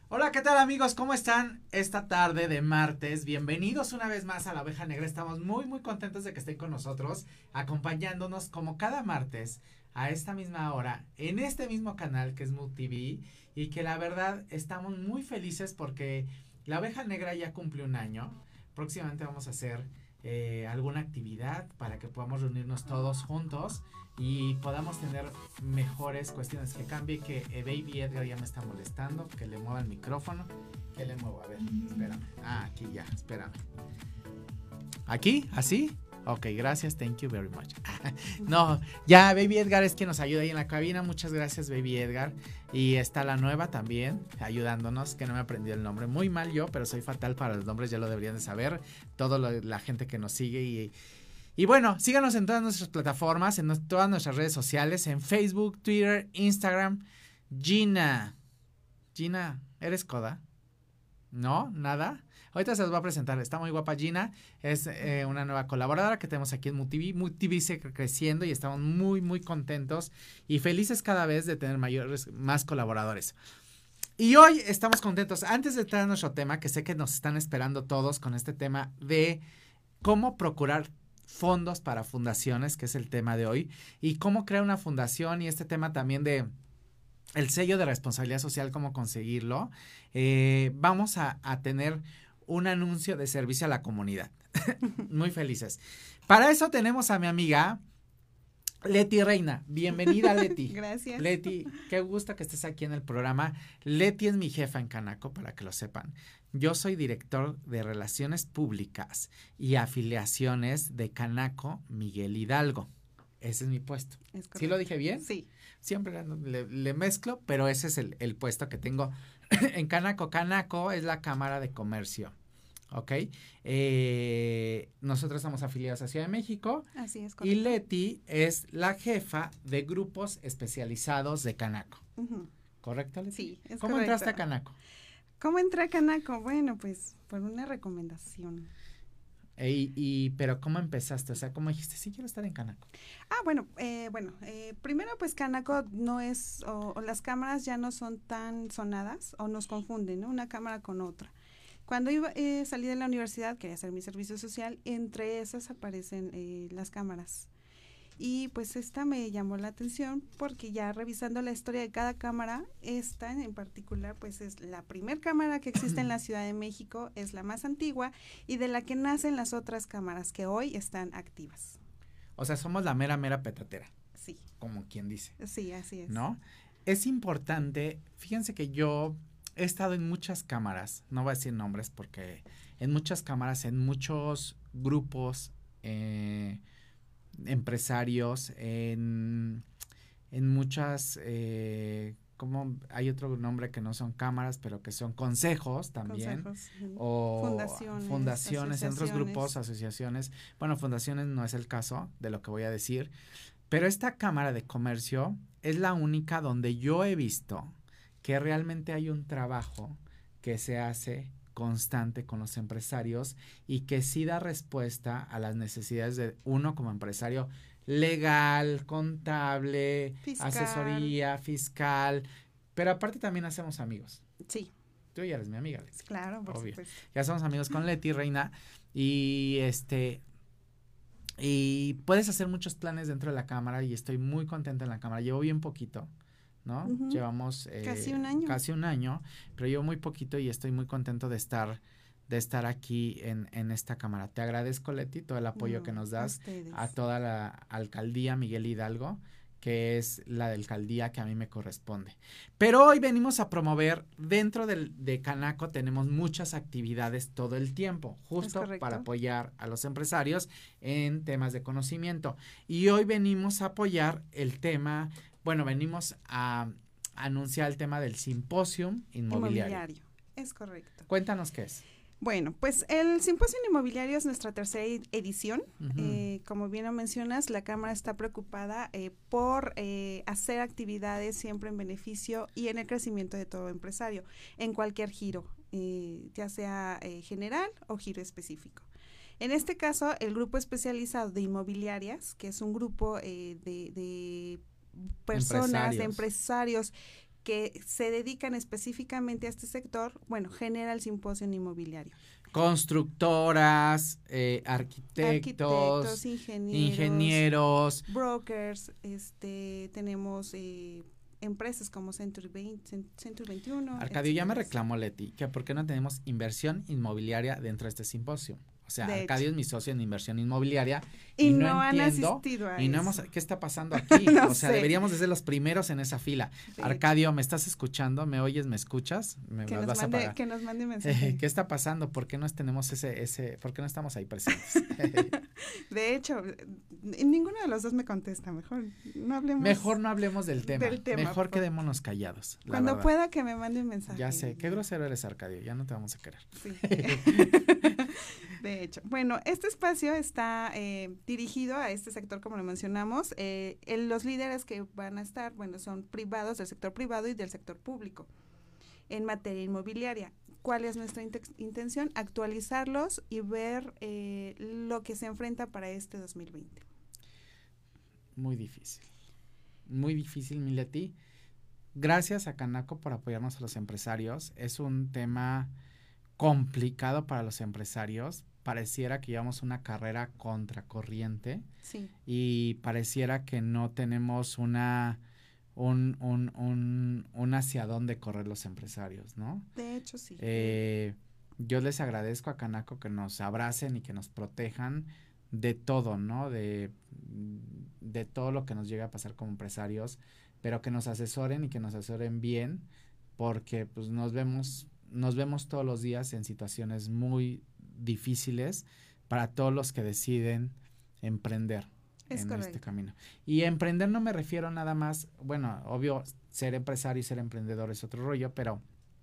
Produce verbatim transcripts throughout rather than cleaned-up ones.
Hola, ¿qué tal amigos? ¿Cómo están esta tarde de martes? Bienvenidos una vez más a La Oveja Negra. Estamos muy muy contentos de que estén con nosotros, acompañándonos como cada martes a esta misma hora, en este mismo canal que es Mood T V, y que la verdad estamos muy felices porque La Oveja Negra ya cumplió un año. Próximamente vamos a hacer eh, alguna actividad para que podamos reunirnos todos juntos y podamos tener mejores cuestiones. Que cambie, que eh, Baby Edgar ya me está molestando, que le mueva el micrófono. ¿Qué le muevo? A ver, espérame. Ah, aquí ya, espérame. ¿Aquí? ¿Así? Ok, gracias, thank you very much. No, ya Baby Edgar es quien nos ayuda ahí en la cabina. Muchas gracias, Baby Edgar. Y está la nueva también, ayudándonos, que no me aprendí el nombre. Muy mal yo, pero soy fatal para los nombres, ya lo deberían de saber. Toda la gente que nos sigue y... Y bueno, síganos en todas nuestras plataformas, en todas nuestras redes sociales, en Facebook, Twitter, Instagram. Gina. Gina, ¿eres coda? ¿No? ¿Nada? Ahorita se los voy a presentar. Está muy guapa Gina. Es eh, una nueva colaboradora que tenemos aquí en Mood T V. Mood T V sigue creciendo y estamos muy, muy contentos y felices cada vez de tener mayores, más colaboradores. Y hoy estamos contentos. Antes de entrar a nuestro tema, que sé que nos están esperando todos con este tema de cómo procurar fondos para fundaciones, que es el tema de hoy, y cómo crear una fundación, y este tema también de el sello de responsabilidad social, cómo conseguirlo. Eh, vamos a, a tener un anuncio de servicio a la comunidad. Muy felices. Para eso tenemos a mi amiga Leti Reina. Bienvenida, Leti. Gracias. Leti, qué gusto que estés aquí en el programa. Leti es mi jefa en Canaco, para que lo sepan. Yo soy director de Relaciones Públicas y Afiliaciones de Canaco Miguel Hidalgo. Ese es mi puesto. Es ¿Sí lo dije bien? Sí. Siempre le, le mezclo, pero ese es el, el puesto que tengo en Canaco. Canaco es la Cámara de Comercio. ¿Ok? Eh, nosotros estamos afiliados a Ciudad de México. Así es, correcto. Y Leti es la jefa de grupos especializados de Canaco. Uh-huh. ¿Correcto, Leti? Sí, es ¿Cómo correcto. entraste a Canaco? ¿Cómo entré a Canaco? Bueno, pues por una recomendación. Y, y, pero ¿cómo empezaste? O sea, ¿cómo dijiste, sí quiero estar en Canaco? Ah, bueno, eh, bueno, eh, primero pues Canaco no es, o, o las cámaras ya no son tan sonadas, o nos confunden, ¿no? Una cámara con otra. Cuando iba, eh, salí de la universidad, quería hacer mi servicio social, entre esas aparecen eh, las cámaras. Y pues esta me llamó la atención porque ya revisando la historia de cada cámara, esta en particular pues es la primer cámara que existe en la Ciudad de México, es la más antigua y de la que nacen las otras cámaras que hoy están activas. O sea, somos la mera, mera petatera. Sí. Como quien dice. Sí, así es. ¿No? Es importante, fíjense que yo he estado en muchas cámaras, no voy a decir nombres porque en muchas cámaras, en muchos grupos, eh, empresarios, en, en muchas, eh, como hay otro nombre que no son cámaras, pero que son consejos también, consejos, o fundaciones, fundaciones, en otros grupos, asociaciones. Bueno, fundaciones no es el caso de lo que voy a decir, pero esta Cámara de Comercio es la única donde yo he visto que realmente hay un trabajo que se hace constante con los empresarios y que sí da respuesta a las necesidades de uno como empresario legal, contable, fiscal. Asesoría, fiscal, pero aparte también hacemos amigos. Sí. Tú ya eres mi amiga, Leti. Claro, por Obvio. supuesto. Ya somos amigos con Leti Reina y este y puedes hacer muchos planes dentro de la cámara y estoy muy contenta en la cámara. Llevo bien poquito, ¿no? Uh-huh. Llevamos eh, casi un año. Casi un año, pero llevo muy poquito y estoy muy contento de estar de estar aquí en, en esta cámara. Te agradezco, Leti, todo el apoyo no, que nos das a, a toda la alcaldía Miguel Hidalgo, que es la de alcaldía que a mí me corresponde. Pero hoy venimos a promover, dentro del, de Canaco tenemos muchas actividades todo el tiempo, justo para apoyar a los empresarios en temas de conocimiento. Y hoy venimos a apoyar el tema, bueno, venimos a anunciar el tema del simposium inmobiliario. Inmobiliario, es correcto. Cuéntanos qué es. Bueno, pues el Simposio Inmobiliario es nuestra tercera edición. Uh-huh. Eh, como bien lo mencionas, la Cámara está preocupada eh, por eh, hacer actividades siempre en beneficio y en el crecimiento de todo empresario, en cualquier giro, eh, ya sea eh, general o giro específico. En este caso, el grupo especializado de inmobiliarias, que es un grupo eh, de, de personas, empresarios. de empresarios, que se dedican específicamente a este sector, bueno, genera el simposio inmobiliario. Constructoras, eh, arquitectos, arquitectos, ingenieros, ingenieros, brokers, este, tenemos eh, empresas como Century veinte, Century veintiuno. Arcadio, ya me reclamó Leti, que por qué no tenemos inversión inmobiliaria dentro de este simposio. O sea, De Arcadio hecho. es mi socio en inversión inmobiliaria Y, y, no, no han entiendo asistido a y no eso. hemos, ¿qué está pasando aquí? No o sea, sé. deberíamos de ser los primeros en esa fila. De Arcadio, ¿me estás escuchando? ¿Me oyes? ¿Me escuchas? ¿Me que, vas nos a mande, pagar? que nos mande mensaje. Eh, ¿Qué está pasando? ¿Por qué no tenemos ese, ese, por qué no estamos ahí presentes? De hecho, ninguno de los dos me contesta, mejor no hablemos. Mejor no hablemos del tema, del tema, mejor por- quedémonos callados. la Cuando verdad. pueda que me mande un mensaje. Ya sé, qué grosero eres, Arcadio, ya no te vamos a querer. Sí. De hecho, bueno, este espacio está eh, dirigido a este sector, como lo mencionamos. Eh, el- los líderes que van a estar, bueno, son privados, del sector privado y del sector público, en materia inmobiliaria. ¿Cuál es nuestra inte- intención? Actualizarlos y ver eh, lo que se enfrenta para este dos mil veinte. Muy difícil, muy difícil, Mileti. Gracias a Canaco por apoyarnos a los empresarios. Es un tema complicado para los empresarios. Pareciera que llevamos una carrera contracorriente Sí. y pareciera que no tenemos una un, un, un, un hacia dónde correr los empresarios, ¿no? De hecho, sí. Eh, yo les agradezco a Canaco que nos abracen y que nos protejan de todo, ¿no? De, de todo lo que nos llega a pasar como empresarios, pero que nos asesoren y que nos asesoren bien, porque pues nos vemos, nos vemos todos los días en situaciones muy difíciles para todos los que deciden emprender Es en correcto. este camino. Y emprender no me refiero nada más, bueno, obvio, ser empresario y ser emprendedor es otro rollo, pero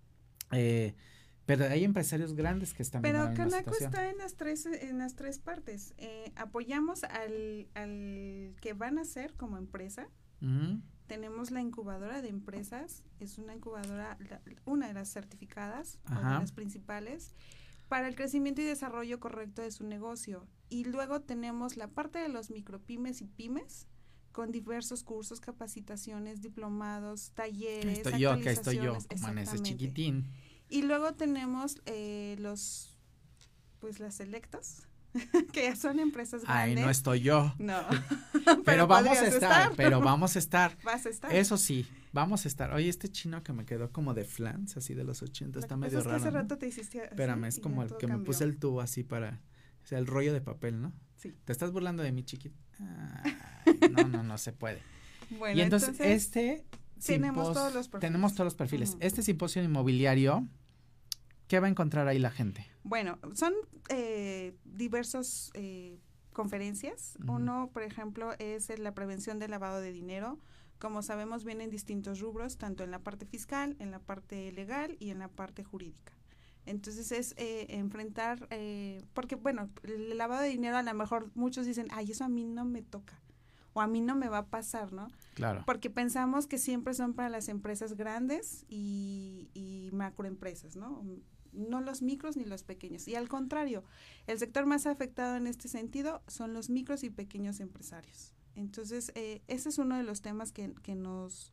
eh, pero hay empresarios grandes que están Pero viendo la misma Canaco situación. está en las tres, en las tres partes. Eh, apoyamos al, al que van a ser como empresa. Ujú. Tenemos la incubadora de empresas, es una incubadora, la- una de las certificadas, o Ajá. de las principales, para el crecimiento y desarrollo correcto de su negocio. Y luego tenemos la parte de los micropymes y pymes, con diversos cursos, capacitaciones, diplomados, talleres, Estoy yo, que estoy yo, actualizaciones, como en ese exactamente. chiquitín. Y luego tenemos eh, los, pues las selectas, que ya son empresas Ay, grandes. no estoy yo. No. Pero, vamos a podrías estar, pero vamos a estar. Vas a estar. Eso sí, vamos a estar. Oye, este chino que me quedó como de flans, así de los ochenta, está Lo que medio pasa es que raro, hace ¿no? rato te hiciste así Espérame, es y como ya el todo que me cambió. puse el tubo así para, o sea, el rollo de papel, ¿no? Sí. ¿Te estás burlando de mí, chiquito? Ay, no, no, no se puede. Bueno, Y entonces, entonces, este tenemos simpos- todos los perfiles. tenemos todos los perfiles. Ujú. Este simposio inmobiliario, ¿qué va a encontrar ahí la gente? bueno, son eh, diversos eh, conferencias. Ujú. Uno, por ejemplo, es en la prevención del lavado de dinero. Como sabemos, vienen distintos rubros, tanto en la parte fiscal, en la parte legal y en la parte jurídica. Entonces es eh, enfrentar, eh, porque bueno, el lavado de dinero a lo mejor muchos dicen, ay, eso a mí no me toca, o a mí no me va a pasar, ¿no? Claro. Porque pensamos que siempre son para las empresas grandes y, y macroempresas, ¿no? No los micros ni los pequeños. Y al contrario, el sector más afectado en este sentido son los micros y pequeños empresarios. Entonces, eh, ese es uno de los temas que, que nos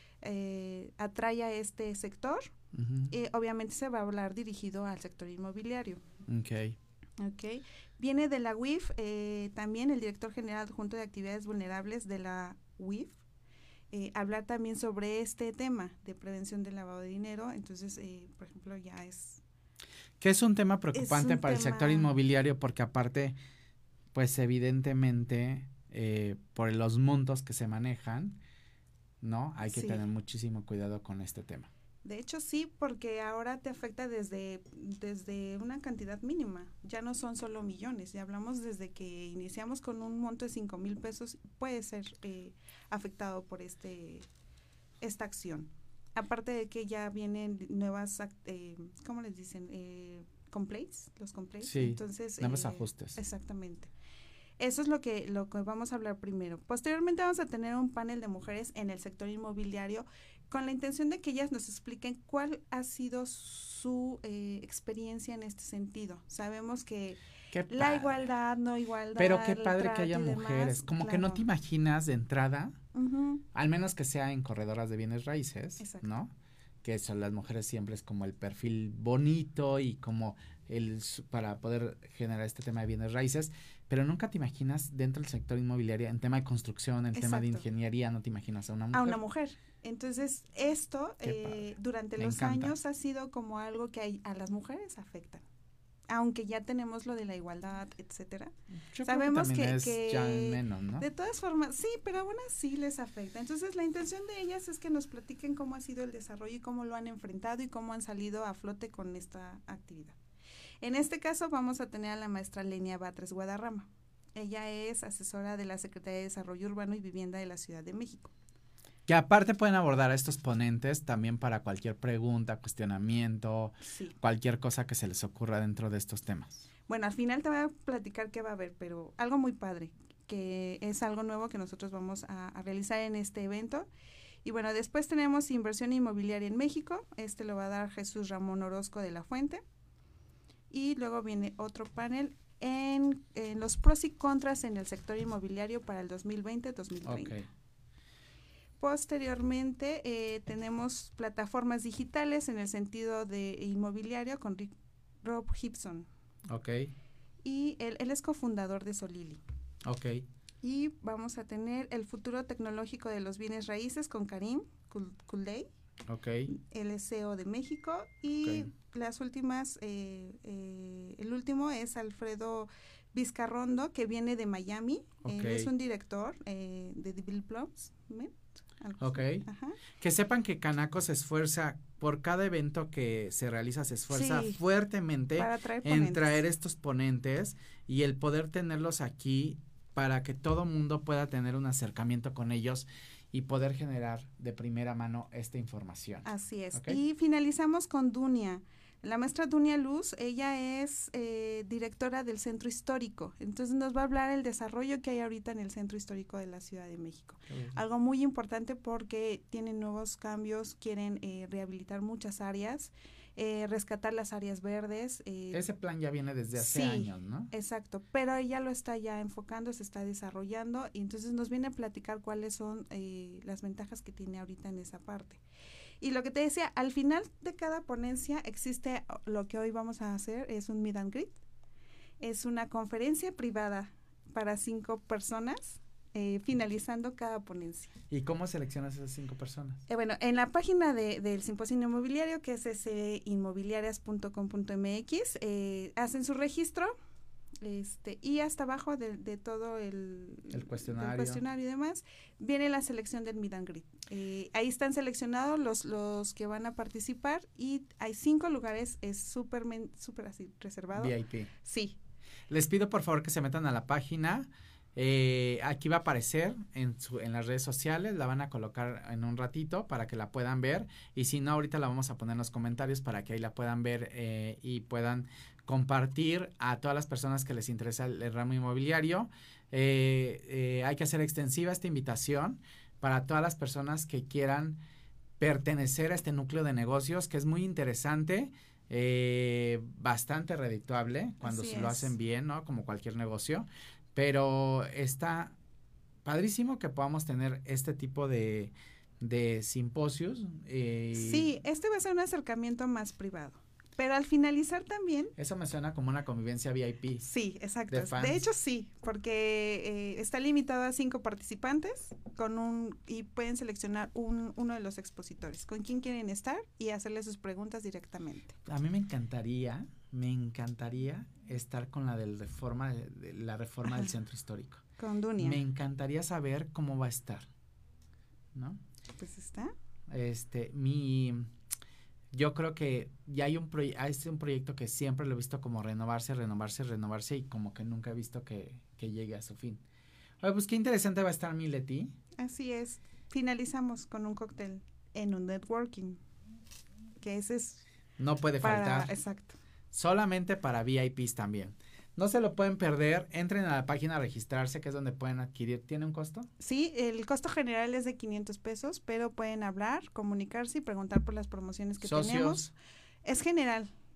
eh, atrae a este sector. Ujú. Eh, obviamente se va a hablar dirigido al sector inmobiliario. Ok. Okay. Viene de la U I F, eh, también el director general adjunto de actividades vulnerables de la U I F, eh, hablar también sobre este tema de prevención del lavado de dinero. Entonces, eh, por ejemplo, ya es... Que es un tema preocupante un para el tema- sector inmobiliario porque aparte, pues evidentemente, eh, por los montos que se manejan, ¿no? Hay que Sí. tener muchísimo cuidado con este tema. De hecho, sí, porque ahora te afecta desde, desde una cantidad mínima. Ya no son solo millones. Ya hablamos desde que iniciamos con un monto de cinco mil pesos, puede ser eh, afectado por este esta acción. Aparte de que ya vienen nuevas, act- eh, ¿cómo les dicen? Eh, complaints, los complaints. Sí, Entonces, nuevos eh, ajustes. Exactamente. Eso es lo que, lo que vamos a hablar primero. Posteriormente vamos a tener un panel de mujeres en el sector inmobiliario con la intención de que ellas nos expliquen cuál ha sido su eh, experiencia en este sentido. Sabemos que Qué la padre. igualdad, no igualdad, Pero qué el padre que trato haya y demás, mujeres. Como que no claro. te imaginas de entrada Uh-huh. Al menos que sea en corredoras de bienes raíces, Exacto. ¿no? Que son las mujeres siempre es como el perfil bonito y como el para poder generar este tema de bienes raíces, pero nunca te imaginas dentro del sector inmobiliario, en tema de construcción, en Exacto. tema de ingeniería, no te imaginas a una mujer. A una mujer. Entonces, esto eh, durante Me los encanta. años ha sido como algo que hay, a las mujeres afecta. Aunque ya tenemos lo de la igualdad, etcétera. Yo Sabemos creo que, también que, es que ya menos, ¿no? de todas formas, sí, pero aún así les afecta. Entonces, la intención de ellas es que nos platiquen cómo ha sido el desarrollo y cómo lo han enfrentado y cómo han salido a flote con esta actividad. En este caso, vamos a tener a la maestra Lenia Batres Guadarrama. Ella es asesora de la Secretaría de Desarrollo Urbano y Vivienda de la Ciudad de México. Que aparte pueden abordar a estos ponentes también para cualquier pregunta, cuestionamiento, Sí. cualquier cosa que se les ocurra dentro de estos temas. Bueno, al final te voy a platicar qué va a haber, pero algo muy padre, que es algo nuevo que nosotros vamos a, a realizar en este evento. Y bueno, después tenemos inversión inmobiliaria en México. Este lo va a dar Jesús Ramón Orozco de la Fuente. Y luego viene otro panel en, en los pros y contras en el sector inmobiliario para el dos mil veinte dos mil treinta. Okay. Posteriormente eh, tenemos plataformas digitales en el sentido de inmobiliario con Rick, Rob Gibson. Ok. Y él, él es cofundador de Solili. Ok. Y vamos a tener el futuro tecnológico de los bienes raíces con Karim Kuldey. Ok. Él es C E O de México. Y okay. las últimas, eh, eh, el último es Alfredo Vizcarrondo, que viene de Miami. Okay. Él es un director eh, de Development. Ok. Ajá. Que sepan que Canaco se esfuerza, por cada evento que se realiza, se esfuerza sí, fuertemente traer en traer estos ponentes y el poder tenerlos aquí para que todo mundo pueda tener un acercamiento con ellos y poder generar de primera mano esta información. Así es. ¿Okay? Y finalizamos con Dunia. La maestra Dunia Luz, ella es eh, directora del Centro Histórico, entonces nos va a hablar el desarrollo que hay ahorita en el Centro Histórico de la Ciudad de México. Uh-huh. Algo muy importante porque tienen nuevos cambios, quieren eh, rehabilitar muchas áreas, eh, rescatar las áreas verdes. Eh, Ese plan ya viene desde hace sí, años, ¿no? Exacto, pero ella lo está ya enfocando, se está desarrollando y entonces nos viene a platicar cuáles son eh, las ventajas que tiene ahorita en esa parte. Y lo que te decía, al final de cada ponencia existe lo que hoy vamos a hacer, es un meet and greet. Es una conferencia privada para cinco personas, eh, finalizando cada ponencia. ¿Y cómo seleccionas esas cinco personas? Eh, bueno, en la página de, del Simposio Inmobiliario, que es s inmobiliarias punto com punto m x, eh, hacen su registro. Este, y hasta abajo de, de todo el, el cuestionario. cuestionario y demás, viene la selección del meet and greet. Eh, ahí están seleccionados los, los que van a participar y hay cinco lugares, es súper súper así reservado. V I P. Sí. Les pido por favor que se metan a la página. Eh, aquí va a aparecer en, su, en las redes sociales, la van a colocar en un ratito para que la puedan ver y si no ahorita la vamos a poner en los comentarios para que ahí la puedan ver eh, y puedan compartir a todas las personas que les interesa el, el ramo inmobiliario. Eh, eh, hay que hacer extensiva esta invitación para todas las personas que quieran pertenecer a este núcleo de negocios que es muy interesante, eh, bastante redituable cuando se lo hacen bien, ¿no? Como cualquier negocio. Pero está padrísimo que podamos tener este tipo de, de simposios. Eh, sí, este va a ser un acercamiento más privado. Pero al finalizar también... Eso me suena como una convivencia V I P. Sí, exacto. De, de hecho, sí, porque eh, está limitado a cinco participantes con un y pueden seleccionar un, uno de los expositores, con quién quieren estar y hacerle sus preguntas directamente. A mí me encantaría, me encantaría estar con la del reforma, de la reforma del centro histórico. Con Dunia. Me encantaría saber cómo va a estar, ¿no? Pues está. Este, mi... Yo creo que ya hay un proyecto, es un proyecto que siempre lo he visto como renovarse, renovarse, renovarse y como que nunca he visto que, que llegue a su fin. Oye, pues qué interesante va a estar mi Leti. Así es. Finalizamos con un cóctel en un networking, que ese es... No puede para, faltar. Exacto. Solamente para V I Ps también. No se lo pueden perder, entren a la página a registrarse, que es donde pueden adquirir. ¿Tiene un costo? Sí, el costo general es de quinientos pesos, pero pueden hablar, comunicarse y preguntar por las promociones que ¿Socios? tenemos. Es general,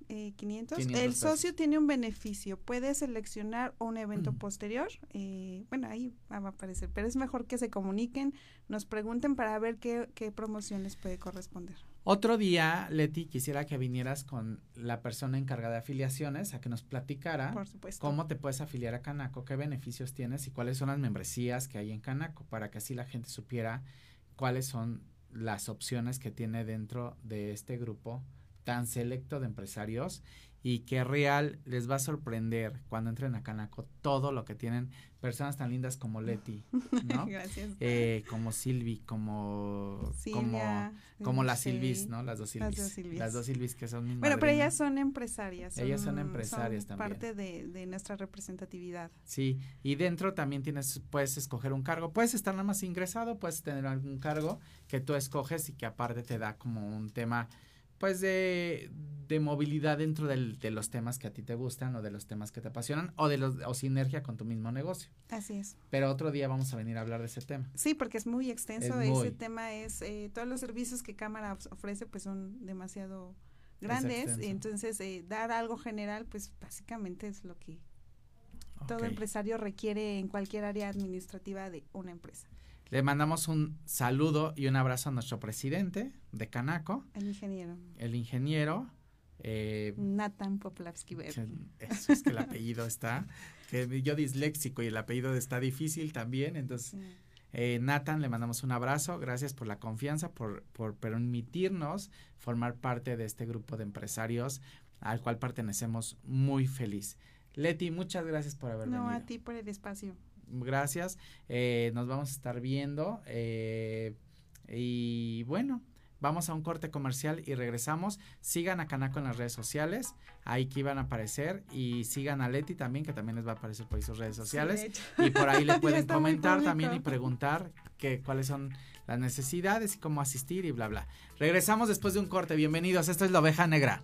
eh, quinientos. quinientos El pesos. socio tiene un beneficio, puede seleccionar un evento Ujú. posterior, eh, bueno, ahí va a aparecer, pero es mejor que se comuniquen, nos pregunten para ver qué, qué promoción les puede corresponder. Otro día, Leti, quisiera que vinieras con la persona encargada de afiliaciones a que nos platicara Por supuesto. cómo te puedes afiliar a Canaco, qué beneficios tienes y cuáles son las membresías que hay en Canaco, para que así la gente supiera cuáles son las opciones que tiene dentro de este grupo tan selecto de empresarios, y que real les va a sorprender cuando entren a Canaco todo lo que tienen personas tan lindas como Leti, ¿no? Gracias. Eh, como Silvi, como Silvia, como como las sí, Silvis, ¿no? Las dos Silvis. las dos Silvis. Las dos Silvis que son mis Bueno, pero madrinas. ellas son empresarias. Ellas son empresarias son también. parte de, de nuestra representatividad. Sí, y dentro también tienes, puedes escoger un cargo, puedes estar nada más ingresado, puedes tener algún cargo que tú escoges y que aparte te da como un tema, pues de, de movilidad dentro del, de los temas que a ti te gustan o de los temas que te apasionan o de los o sinergia con tu mismo negocio. Así es. Pero otro día vamos a venir a hablar de ese tema. Sí, porque es muy extenso. Es muy. Ese tema es, eh, todos los servicios que Cámara ofrece pues son demasiado grandes, extenso. entonces eh, dar algo general pues básicamente es lo que todo Ok. empresario requiere en cualquier área administrativa de una empresa. Le mandamos un saludo y un abrazo a nuestro presidente de Canaco, El ingeniero el ingeniero. Eh, Nathan Poplavsky Ver. que- eso es que el apellido está, que yo disléxico y el apellido está difícil también, entonces Sí. eh, Nathan, le mandamos un abrazo, gracias por la confianza, por, por permitirnos formar parte de este grupo de empresarios al cual pertenecemos muy feliz. Leti, muchas gracias por haber No, venido. a ti por el espacio. Gracias, eh, nos vamos a estar viendo eh, y bueno, vamos a un corte comercial y regresamos. Sigan a Canaco en las redes sociales, ahí que iban a aparecer, y sigan a Leti también, que también les va a aparecer por ahí sus redes sociales, Sí, de hecho. y por ahí le Ya pueden está muy comentar público. también y preguntar que, cuáles son las necesidades y cómo asistir y bla bla. Regresamos después de un corte, bienvenidos, esto es La Oveja Negra.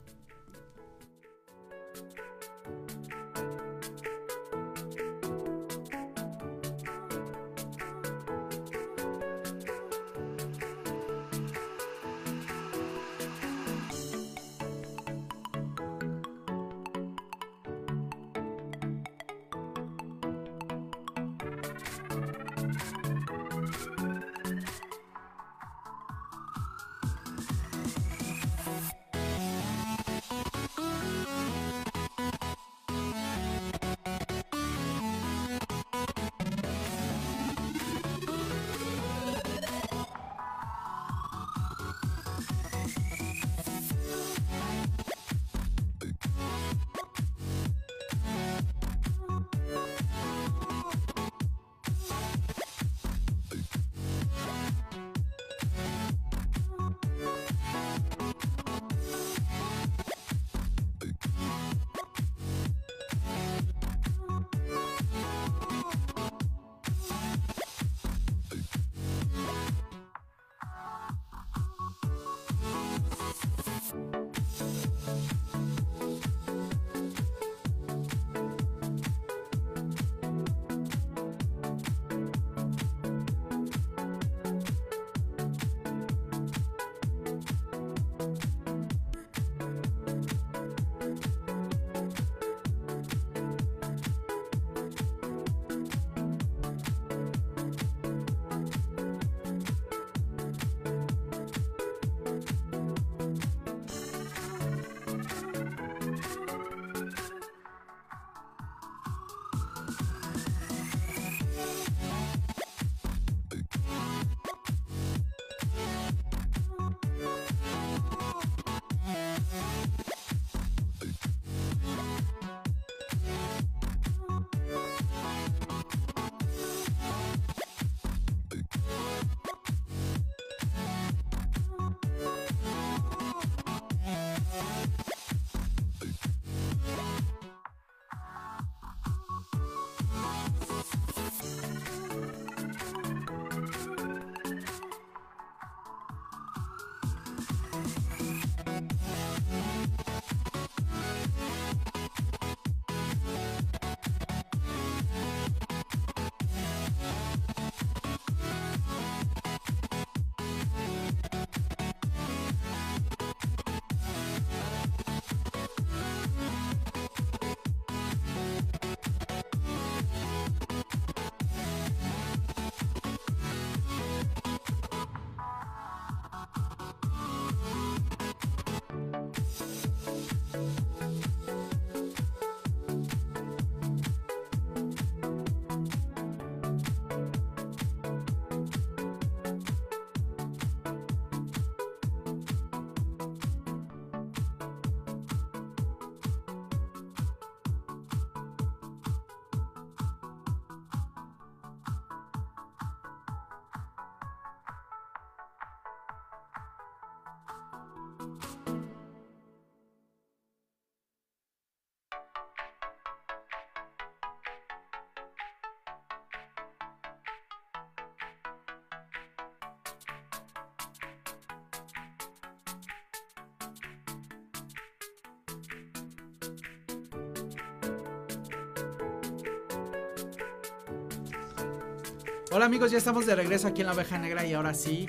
Hola amigos, ya estamos de regreso aquí en La Oveja Negra y ahora sí,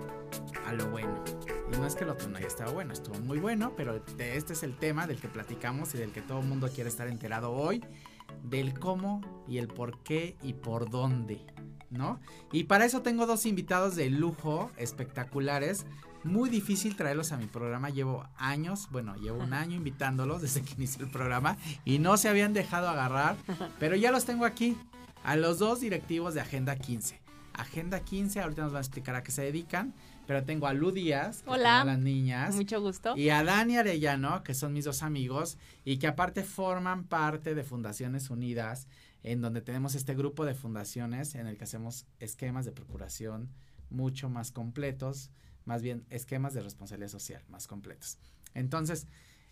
a lo bueno. Y no es que el otro no haya estado bueno, estuvo muy bueno, pero de este es el tema del que platicamos y del que todo el mundo quiere estar enterado hoy, del cómo y el por qué y por dónde, ¿no? Y para eso tengo dos invitados de lujo, espectaculares. Muy difícil traerlos a mi programa, llevo años, bueno, llevo un año invitándolos desde que inició el programa y no se habían dejado agarrar, pero ya los tengo aquí. A los dos directivos de Agenda quince. Agenda quince, ahorita nos van a explicar a qué se dedican, pero tengo a Lu Díaz, que hola, son las niñas, mucho gusto, y a Dani Arellano, que son mis dos amigos, y que aparte forman parte de Fundaciones Unidas, en donde tenemos este grupo de fundaciones en el que hacemos esquemas de procuración mucho más completos, más bien esquemas de responsabilidad social más completos. Entonces,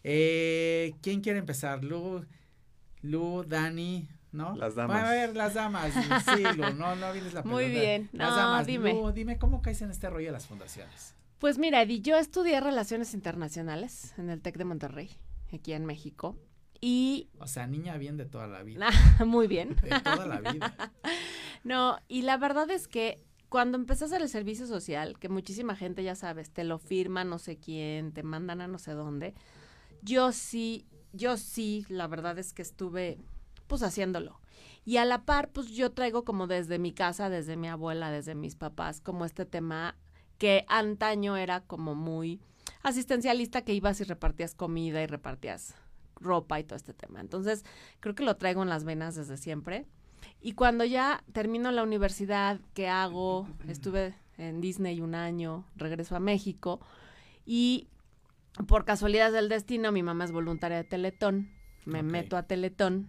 eh, ¿quién quiere empezar? Lu, Lu, Dani... ¿no? Las damas. A ver, las damas. Sí, Lu, no, no vienes la pelota. Muy bien. Las no, damas. dime. Lu, dime, ¿cómo caes en este rollo de las fundaciones? Pues mira, Eddie, yo estudié Relaciones Internacionales en el TEC de Monterrey, aquí en México, y... O sea, niña bien de toda la vida. Muy bien. De toda la vida. No, y la verdad es que cuando empecé a hacer el servicio social, que muchísima gente, ya sabes, te lo firma no sé quién, te mandan a no sé dónde, yo sí, yo sí, la verdad es que estuve... pues haciéndolo. Y a la par, pues yo traigo como desde mi casa, desde mi abuela, desde mis papás, como este tema que antaño era como muy asistencialista, que ibas y repartías comida y repartías ropa y todo este tema. Entonces, creo que lo traigo en las venas desde siempre. Y cuando ya termino la universidad, ¿qué hago? Estuve en Disney un año, regreso a México y por casualidad del destino, mi mamá es voluntaria de Teletón, me Okay. meto a Teletón.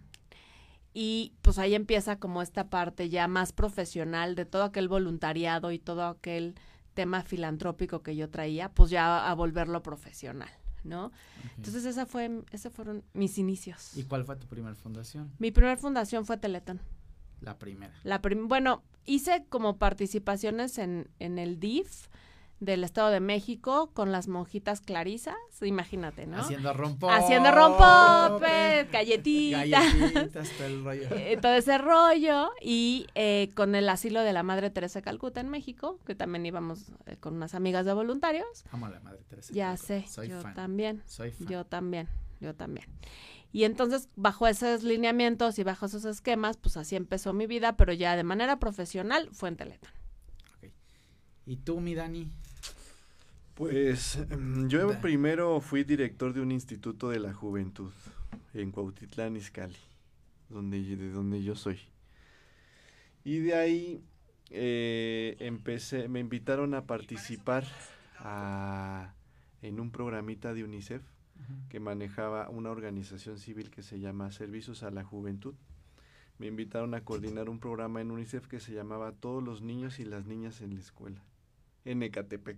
Y pues ahí empieza como esta parte ya más profesional de todo aquel voluntariado y todo aquel tema filantrópico que yo traía, pues ya a volverlo profesional, ¿no? Okay. Entonces esa fue, esos fueron mis inicios. ¿Y cuál fue tu primera fundación? Mi primera fundación fue Teletón. La primera. La prim- bueno, hice como participaciones en, en el D I F del Estado de México con las monjitas clarisas, imagínate, ¿no? Haciendo rompope. Haciendo rompope, galletitas. Galletitas, todo el rollo. Eh, todo ese rollo y eh, con el asilo de la Madre Teresa de Calcuta en México, que también íbamos eh, con unas amigas de voluntarios. Amo a la Madre Teresa. Ya sé, Soy yo fan. también, Soy fan. yo también, yo también. Y entonces, bajo esos lineamientos y bajo esos esquemas, pues así empezó mi vida, pero ya de manera profesional fue en Teletón. Okay. ¿Y tú, mi Dani? Pues yo Da. primero fui director de un instituto de la juventud en Cuautitlán Izcalli, donde, de donde yo soy. Y de ahí eh, empecé, me invitaron a participar a, en un programita de UNICEF Uh-huh. que manejaba una organización civil que se llama Servicios a la Juventud. Me invitaron a coordinar un programa en UNICEF que se llamaba Todos los niños y las niñas en la escuela, en Ecatepec.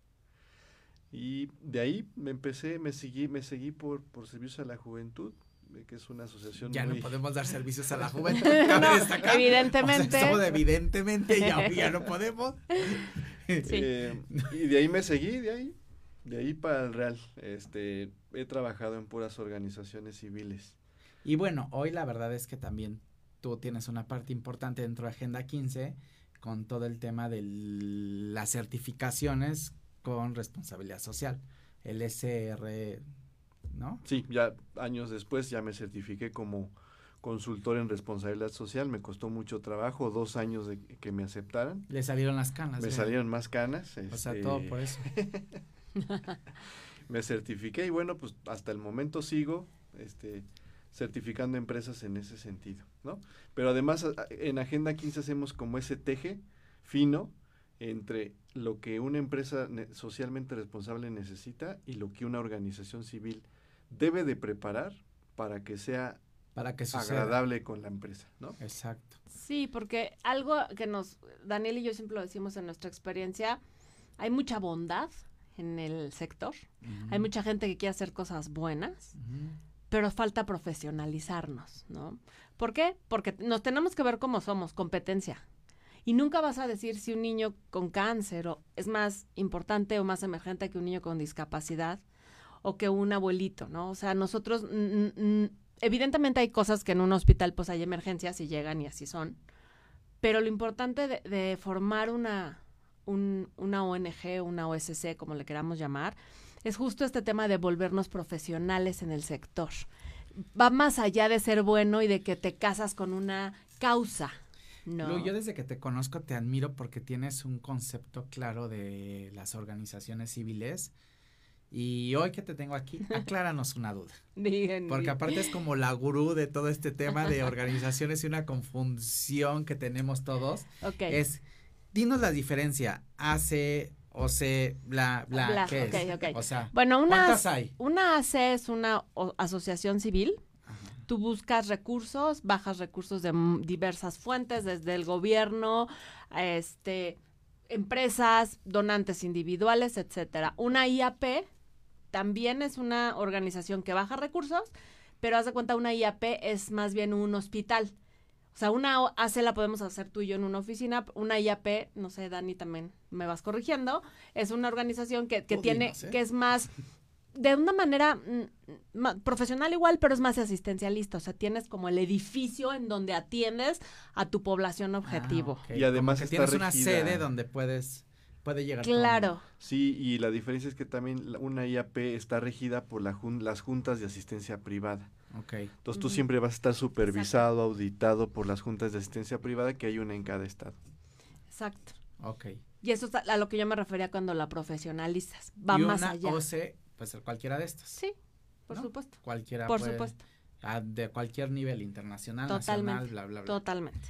Y de ahí me empecé, me seguí, me seguí por, por Servicios a la Juventud, que es una asociación Ya muy... no podemos dar servicios a la juventud. Cabe destacar. Evidentemente. O sea, estamos de evidentemente ya, ya no podemos. Sí. Eh, y de ahí me seguí, de ahí, de ahí para el Real. Este, he trabajado en puras organizaciones civiles. Y bueno, hoy la verdad es que también tú tienes una parte importante dentro de Agenda quince con todo el tema de las certificaciones con responsabilidad social, el S R, ¿no? Sí, ya años después ya me certifiqué como consultor en responsabilidad social. Me costó mucho trabajo, dos años de que me aceptaran. Le salieron las canas. Me ¿verdad? salieron más canas. O sea, este, todo por eso. me certifiqué y bueno, pues hasta el momento sigo este, certificando empresas en ese sentido, ¿no? Pero además en Agenda quince hacemos como ese teje fino entre lo que una empresa ne- socialmente responsable necesita y lo que una organización civil debe de preparar para que sea Para que suceda. agradable con la empresa, ¿no? Exacto. Sí, porque algo que nos, Daniel y yo siempre lo decimos en nuestra experiencia, hay mucha bondad en el sector. Uh-huh. Hay mucha gente que quiere hacer cosas buenas, Uh-huh. pero falta profesionalizarnos, ¿no? ¿Por qué? Porque nos tenemos que ver como somos, competencia. Y nunca vas a decir si un niño con cáncer o es más importante o más emergente que un niño con discapacidad o que un abuelito, ¿no? O sea, nosotros, mm, mm, evidentemente hay cosas que en un hospital pues hay emergencias y llegan y así son, pero lo importante de, de formar una, un, una O N G, una O S C, como le queramos llamar, es justo este tema de volvernos profesionales en el sector. Va más allá de ser bueno y de que te casas con una causa. No. Lu, yo desde que te conozco te admiro porque tienes un concepto claro de las organizaciones civiles y hoy que te tengo aquí, acláranos una duda. Digan, Porque digan. aparte es como la gurú de todo este tema de organizaciones y una confusión que tenemos todos. Ok. Es, dinos la diferencia, A C, O C, bla, bla, Bla, ¿qué ok, es? ok. O sea, Bueno, una, ¿cuántas hay? una A C es una o- asociación civil. Ajá. Tú buscas recursos, bajas recursos de m- diversas fuentes, desde el gobierno, este, empresas, donantes individuales, etcétera. Una I A P también es una organización que baja recursos, pero haz de cuenta, una I A P es más bien un hospital. O sea, una O- A C la podemos hacer tú y yo en una oficina, una I A P, no sé, Dani, también me vas corrigiendo, es una organización que, que Tú tiene, dinos, ¿eh? que es más, de una manera mm, ma- profesional igual, pero es más asistencialista. O sea, tienes como el edificio en donde atiendes a tu población objetivo. Ah, ok. Y además Como que está tienes una regida- sede donde puedes, puede llegar todo el Claro, mundo. Sí, y la diferencia es que también la- una I A P está regida por la jun- las juntas de asistencia privada. Ok. Entonces tú Ujú. siempre vas a estar supervisado, auditado por las juntas de asistencia privada que hay una en cada estado. exacto. Ok. Y eso es a lo que yo me refería cuando la profesionalizas. Va y más una allá. O C, pues cualquiera de estos. Sí, por ¿no? supuesto. Cualquiera Por puede- supuesto. ah, de cualquier nivel, internacional, Totalmente. nacional, bla, bla, bla. Totalmente.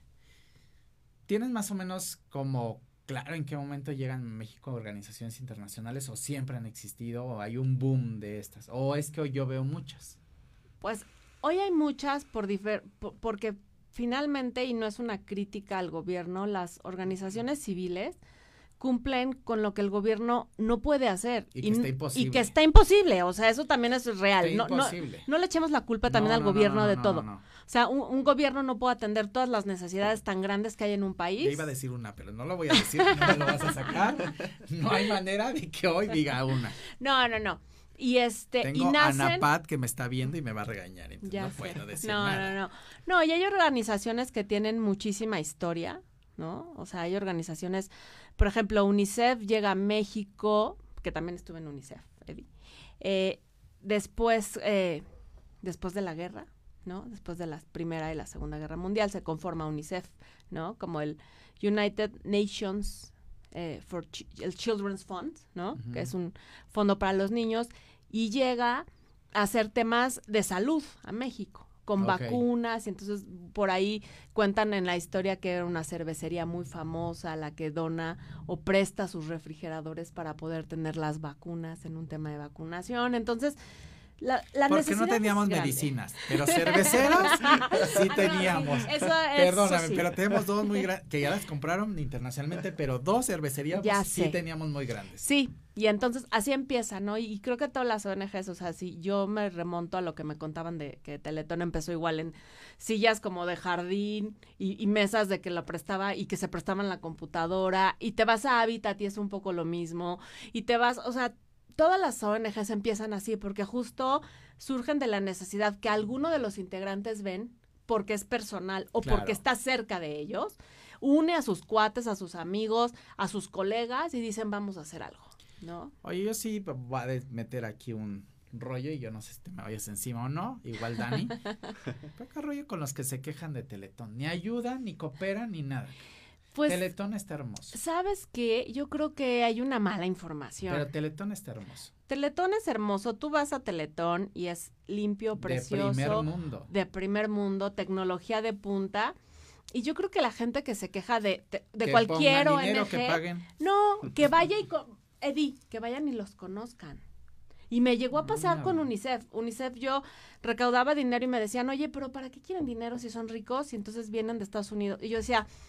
¿Tienes más o menos como claro en qué momento llegan a México organizaciones internacionales o siempre han existido o hay un boom de estas? ¿O es que hoy yo veo muchas? Pues hoy hay muchas por difer por- porque finalmente, y no es una crítica al gobierno, las organizaciones civiles cumplen con lo que el gobierno no puede hacer. Y que n- está Y imposible. que está imposible, o sea, eso también es real. Está No, no, imposible. no le echemos la culpa también No, al no, no, gobierno no, de no, todo. no, no. O sea, un, un gobierno no puede atender todas las necesidades tan grandes que hay en un país. Ya iba a decir una, pero no lo voy a decir, no me lo vas a sacar. No hay manera de que hoy diga una. No, no, no. Y este, Tengo y nacen. a Ana Pat que me está viendo y me va a regañar, entonces Ya no sé. puedo decir no, nada. no, no. No, y hay organizaciones que tienen muchísima historia, ¿no? O sea, hay organizaciones, por ejemplo, UNICEF llega a México, que también estuve en UNICEF, Eddie. Eh, después, eh, después de la guerra, ¿no? Después de la Primera y la Segunda Guerra Mundial se conforma UNICEF, ¿no? Como el United Nations eh, for Ch- el Children's Fund, ¿no? Ujú. Que es un fondo para los niños, y llega a hacer temas de salud a México, con Ok. vacunas, y entonces por ahí cuentan en la historia que era una cervecería muy famosa, la que dona o presta sus refrigeradores para poder tener las vacunas en un tema de vacunación. Entonces, la, la Porque necesidad no teníamos es grande. medicinas, pero cerveceras sí teníamos. Eso, eso Perdóname, sí. pero tenemos dos muy grandes, que ya las compraron internacionalmente, pero dos cervecerías Ya sí sé. teníamos muy grandes. Sí, y entonces así empieza, ¿no? Y creo que todas las O N Ges, o sea, si yo me remonto a lo que me contaban de que Teletón empezó igual en sillas como de jardín y, y mesas de que la prestaba y que se prestaban la computadora, y te vas a Habitat y es un poco lo mismo, y te vas, o sea, todas las O N Ges empiezan así porque justo surgen de la necesidad que alguno de los integrantes ven porque es personal o Claro. porque está cerca de ellos, une a sus cuates, a sus amigos, a sus colegas y dicen vamos a hacer algo, ¿no? Oye, yo sí voy a de- meter aquí un rollo y yo no sé si te me vayas encima o no, igual Dani. Pero qué rollo con los que se quejan de Teletón, ni ayudan, ni cooperan, ni nada. Pues, Teletón está hermoso, ¿sabes qué? Yo creo que hay una mala información. pero Teletón está hermoso. Teletón es hermoso, tú vas a Teletón y es limpio, precioso, De primer mundo. de primer mundo, tecnología de punta. Y yo creo que la gente que se queja de, de, de Que cualquier pongan dinero, O N G, que paguen. no, que vaya y, co- Eddie, que vayan y los conozcan. Y me llegó a pasar No. con UNICEF. UNICEF yo recaudaba dinero y me decían, oye, pero ¿para qué quieren dinero si son ricos? Y entonces vienen de Estados Unidos. Y yo decía,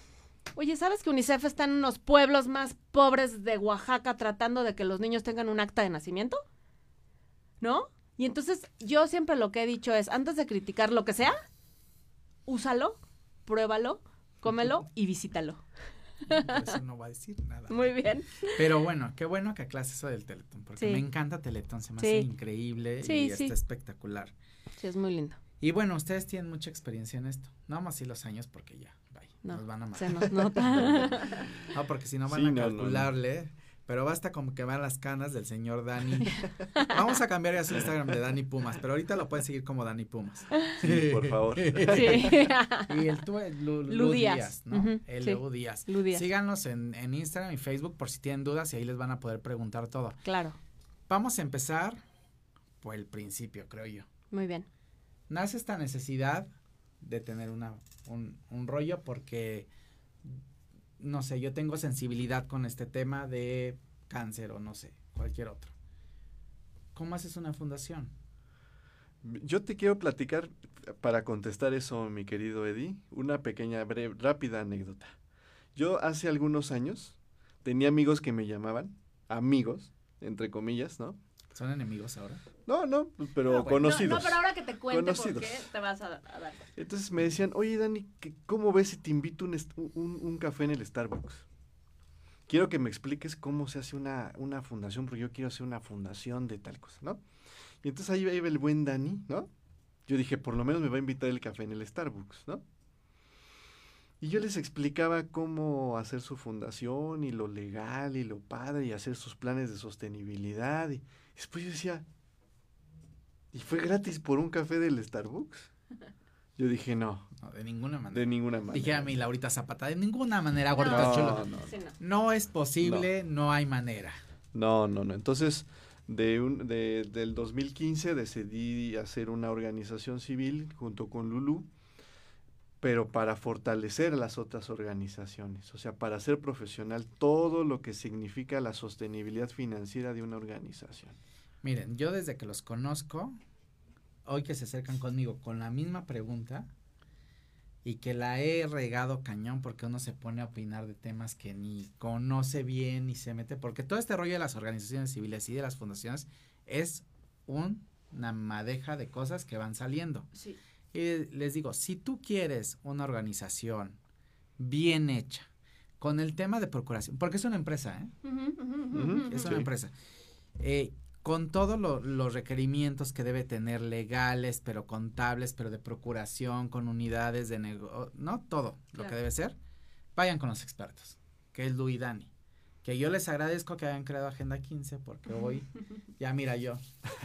Oye, ¿sabes que UNICEF está en unos pueblos más pobres de Oaxaca tratando de que los niños tengan un acta de nacimiento? ¿No? Y entonces yo siempre lo que he dicho es, antes de criticar lo que sea, úsalo, pruébalo, cómelo y visítalo. Por eso no va a decir nada. Muy bien. Pero bueno, qué bueno que aclares eso del Teletón, porque Sí. me encanta Teletón, se me Sí. hace increíble Sí, y sí. está espectacular. Sí, es muy lindo. Y bueno, ustedes tienen mucha experiencia en esto, no más si los años porque ya, bye, No, nos van a se matar. nos nota. No, porque si no van Sí, a no, no, no. calcularle, pero basta como que vean las canas del señor Dani. Vamos a cambiar ya su Instagram de Dani Pumas, pero ahorita lo pueden seguir como Dani Pumas. Sí, por favor. Sí. Y el tú, Lu, Lu, Lu Díaz. Díaz, ¿no? Ujú, el sí. Lu Díaz. Lu Díaz. Síganos en, en Instagram y Facebook por si tienen dudas y ahí les van a poder preguntar todo. Claro, Vamos a empezar por el principio, creo yo. muy bien. Nace esta necesidad de tener una, un, un rollo porque, no sé, yo tengo sensibilidad con este tema de cáncer o no sé, cualquier otro. ¿Cómo haces una fundación? Yo te quiero platicar, para contestar eso, mi querido Eddie, una pequeña, breve, rápida anécdota. Yo hace algunos años tenía amigos que me llamaban, amigos, entre comillas, ¿no? ¿Son enemigos ahora? No, no, pero Ah, bueno. conocidos. No, no, pero ahora que te cuente Conocidos. por qué te vas a, a dar. Entonces me decían, oye Dani, ¿qué- ¿cómo ves si te invito un, est- un, un café en el Starbucks? Quiero que me expliques cómo se hace una, una fundación, porque yo quiero hacer una fundación de tal cosa, ¿no? Y entonces ahí iba el buen Dani, ¿no? Yo dije, por lo menos me va a invitar el café en el Starbucks, ¿no? Y yo les explicaba cómo hacer su fundación y lo legal y lo padre y hacer sus planes de sostenibilidad. Y después yo decía, ¿y fue gratis por un café del Starbucks? Yo dije, no, No, de ninguna manera. de ninguna manera. Dije a mi Laurita Zapata, de ninguna manera, No. gordita No, chulo. no, Sí, no. No es posible, no. hay manera. no, no, no. Entonces, de un, de, del dos mil quince decidí hacer una organización civil junto con Lulú, pero para fortalecer a las otras organizaciones, o sea, para hacer profesional todo lo que significa la sostenibilidad financiera de una organización. Miren, yo desde que los conozco, hoy que se acercan conmigo con la misma pregunta y que la he regado cañón porque uno se pone a opinar de temas que ni conoce bien ni se mete, porque todo este rollo de las organizaciones civiles y de las fundaciones es un, una madeja de cosas que van saliendo. Sí. Y les digo, si tú quieres una organización bien hecha, con el tema de procuración, porque es una empresa, ¿eh? Ujú, ujú, ujú, Ujú, ujú. Es Sí. una empresa. Eh, con todos lo, los requerimientos que debe tener legales, pero contables, pero de procuración, con unidades de negocio, no todo lo Claro. que debe ser, vayan con los expertos, que es Lu y Dani. Que yo les agradezco que hayan creado Agenda quince, porque hoy, ya mira yo.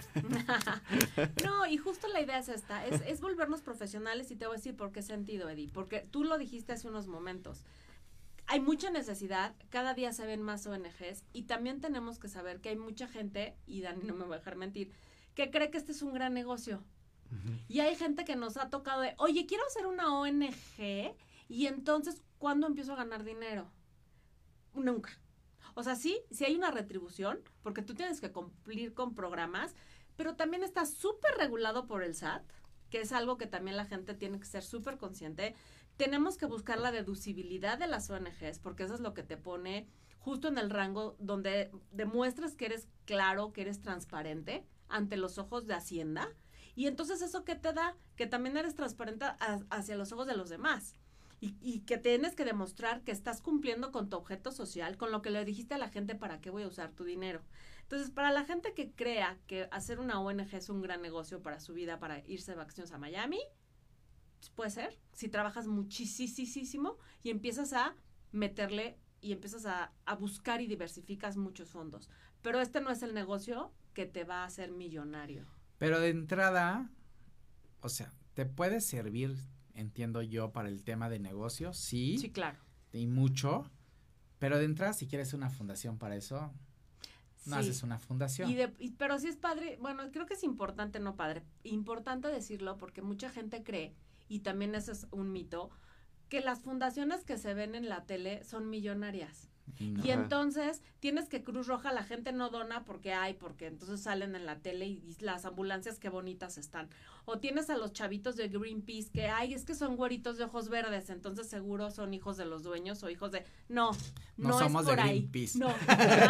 No, y justo la idea es esta, es, es volvernos profesionales y te voy a decir por qué sentido, Eddie, porque tú lo dijiste hace unos momentos. Hay mucha necesidad, cada día se ven más O N Ges y también tenemos que saber que hay mucha gente, y Dani no me va a dejar mentir, que cree que este es un gran negocio. Y hay gente que nos ha tocado de, oye, quiero hacer una O N Ge y entonces, ¿cuándo empiezo a ganar dinero? Nunca. O sea, sí, sí hay una retribución, porque tú tienes que cumplir con programas, pero también está súper regulado por el S A T, que es algo que también la gente tiene que ser súper consciente. Tenemos que buscar la deducibilidad de las O N Ges, porque eso es lo que te pone justo en el rango donde demuestras que eres claro, que eres transparente ante los ojos de Hacienda. Y entonces, ¿eso qué te da? Que también eres transparente a, hacia los ojos de los demás. Y, y que tienes que demostrar que estás cumpliendo con tu objeto social, con lo que le dijiste a la gente para qué voy a usar tu dinero. Entonces, para la gente que crea que hacer una O N Ge es un gran negocio para su vida, para irse de vacaciones a Miami, puede ser, si trabajas muchísimo y empiezas a meterle y empiezas a, a buscar y diversificas muchos fondos. Pero este no es el negocio que te va a hacer millonario. Pero de entrada, o sea, te puede servir, entiendo yo, para el tema de negocio, sí, Sí, claro. y mucho, pero de entrada, si quieres una fundación para eso, no Sí. haces una fundación. Y de, y, pero sí es padre, bueno, creo que es importante, no padre, importante decirlo porque mucha gente cree, y también eso es un mito, que las fundaciones que se ven en la tele son millonarias. Y no. Y entonces tienes que Cruz Roja, la gente no dona porque hay, porque entonces salen en la tele y, y las ambulancias qué bonitas están. O tienes a los chavitos de Greenpeace que hay, es que son güeritos de ojos verdes, entonces seguro son hijos de los dueños o hijos de... No, no, No es somos por de ahí. Greenpeace. No.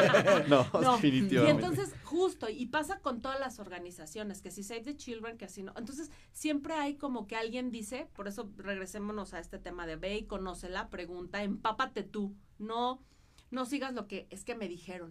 No, No. definitivamente. Y entonces, justo, y pasa con todas las organizaciones, que si Save the Children, que así no. Entonces, siempre hay como que alguien dice, por eso regresémonos a este tema de ve y conócela, pregunta, empápate tú, no... No sigas lo que es que me dijeron.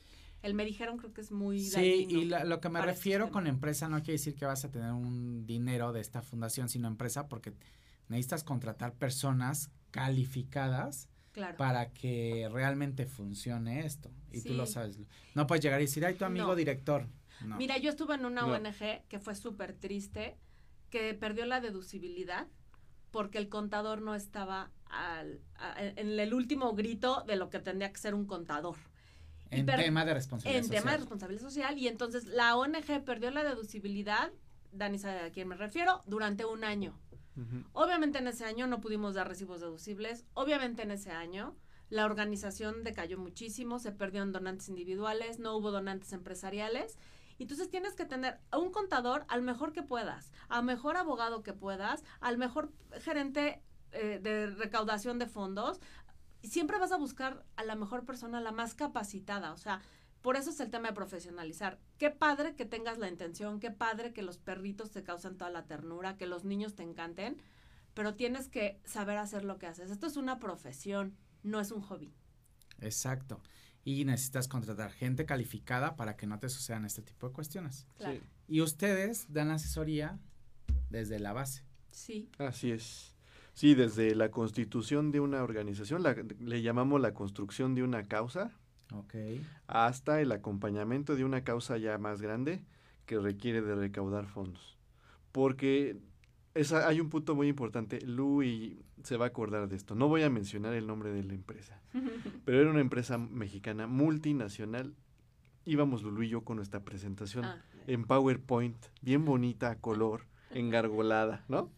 El me dijeron creo que es muy Sí, dañino y la, lo que me para el refiero sistema. con empresa no quiere decir que vas a tener un dinero de esta fundación, sino empresa porque necesitas contratar personas calificadas Claro. para que realmente funcione esto. Y Sí. tú lo sabes. No puedes llegar y decir, ay, tu amigo No. director. No. Mira, yo estuve en una No. O N G que fue súper triste, que perdió la deducibilidad porque el contador no estaba al, a- en el último grito de lo que tendría que ser un contador. Y en per- tema de responsabilidad En social. tema de responsabilidad social, y entonces la O N G perdió la deducibilidad, Dani sabe a quién me refiero, durante un año. Ujú. Obviamente en ese año no pudimos dar recibos deducibles, obviamente en ese año la organización decayó muchísimo, se perdieron donantes individuales, no hubo donantes empresariales. Entonces tienes que tener a un contador al mejor que puedas, al mejor abogado que puedas, al mejor gerente eh, de recaudación de fondos. Siempre vas a buscar a la mejor persona, la más capacitada. O sea, por eso es el tema de profesionalizar. Qué padre que tengas la intención, qué padre que los perritos te causan toda la ternura, que los niños te encanten, pero tienes que saber hacer lo que haces. Esto es una profesión, no es un hobby. Exacto. Y necesitas contratar gente calificada para que no te sucedan este tipo de cuestiones. Claro. Sí, Y ustedes dan asesoría desde la base. Sí. así es. Sí, desde la constitución de una organización, la- le llamamos la construcción de una causa, Ok. hasta el acompañamiento de una causa ya más grande que requiere de recaudar fondos. Porque esa, hay un punto muy importante, Lu y se va a acordar de esto, no voy a mencionar el nombre de la empresa, pero era una empresa mexicana multinacional, íbamos Lulu y yo con nuestra presentación Ah, en PowerPoint, bien bonita, a color, engargolada, ¿no?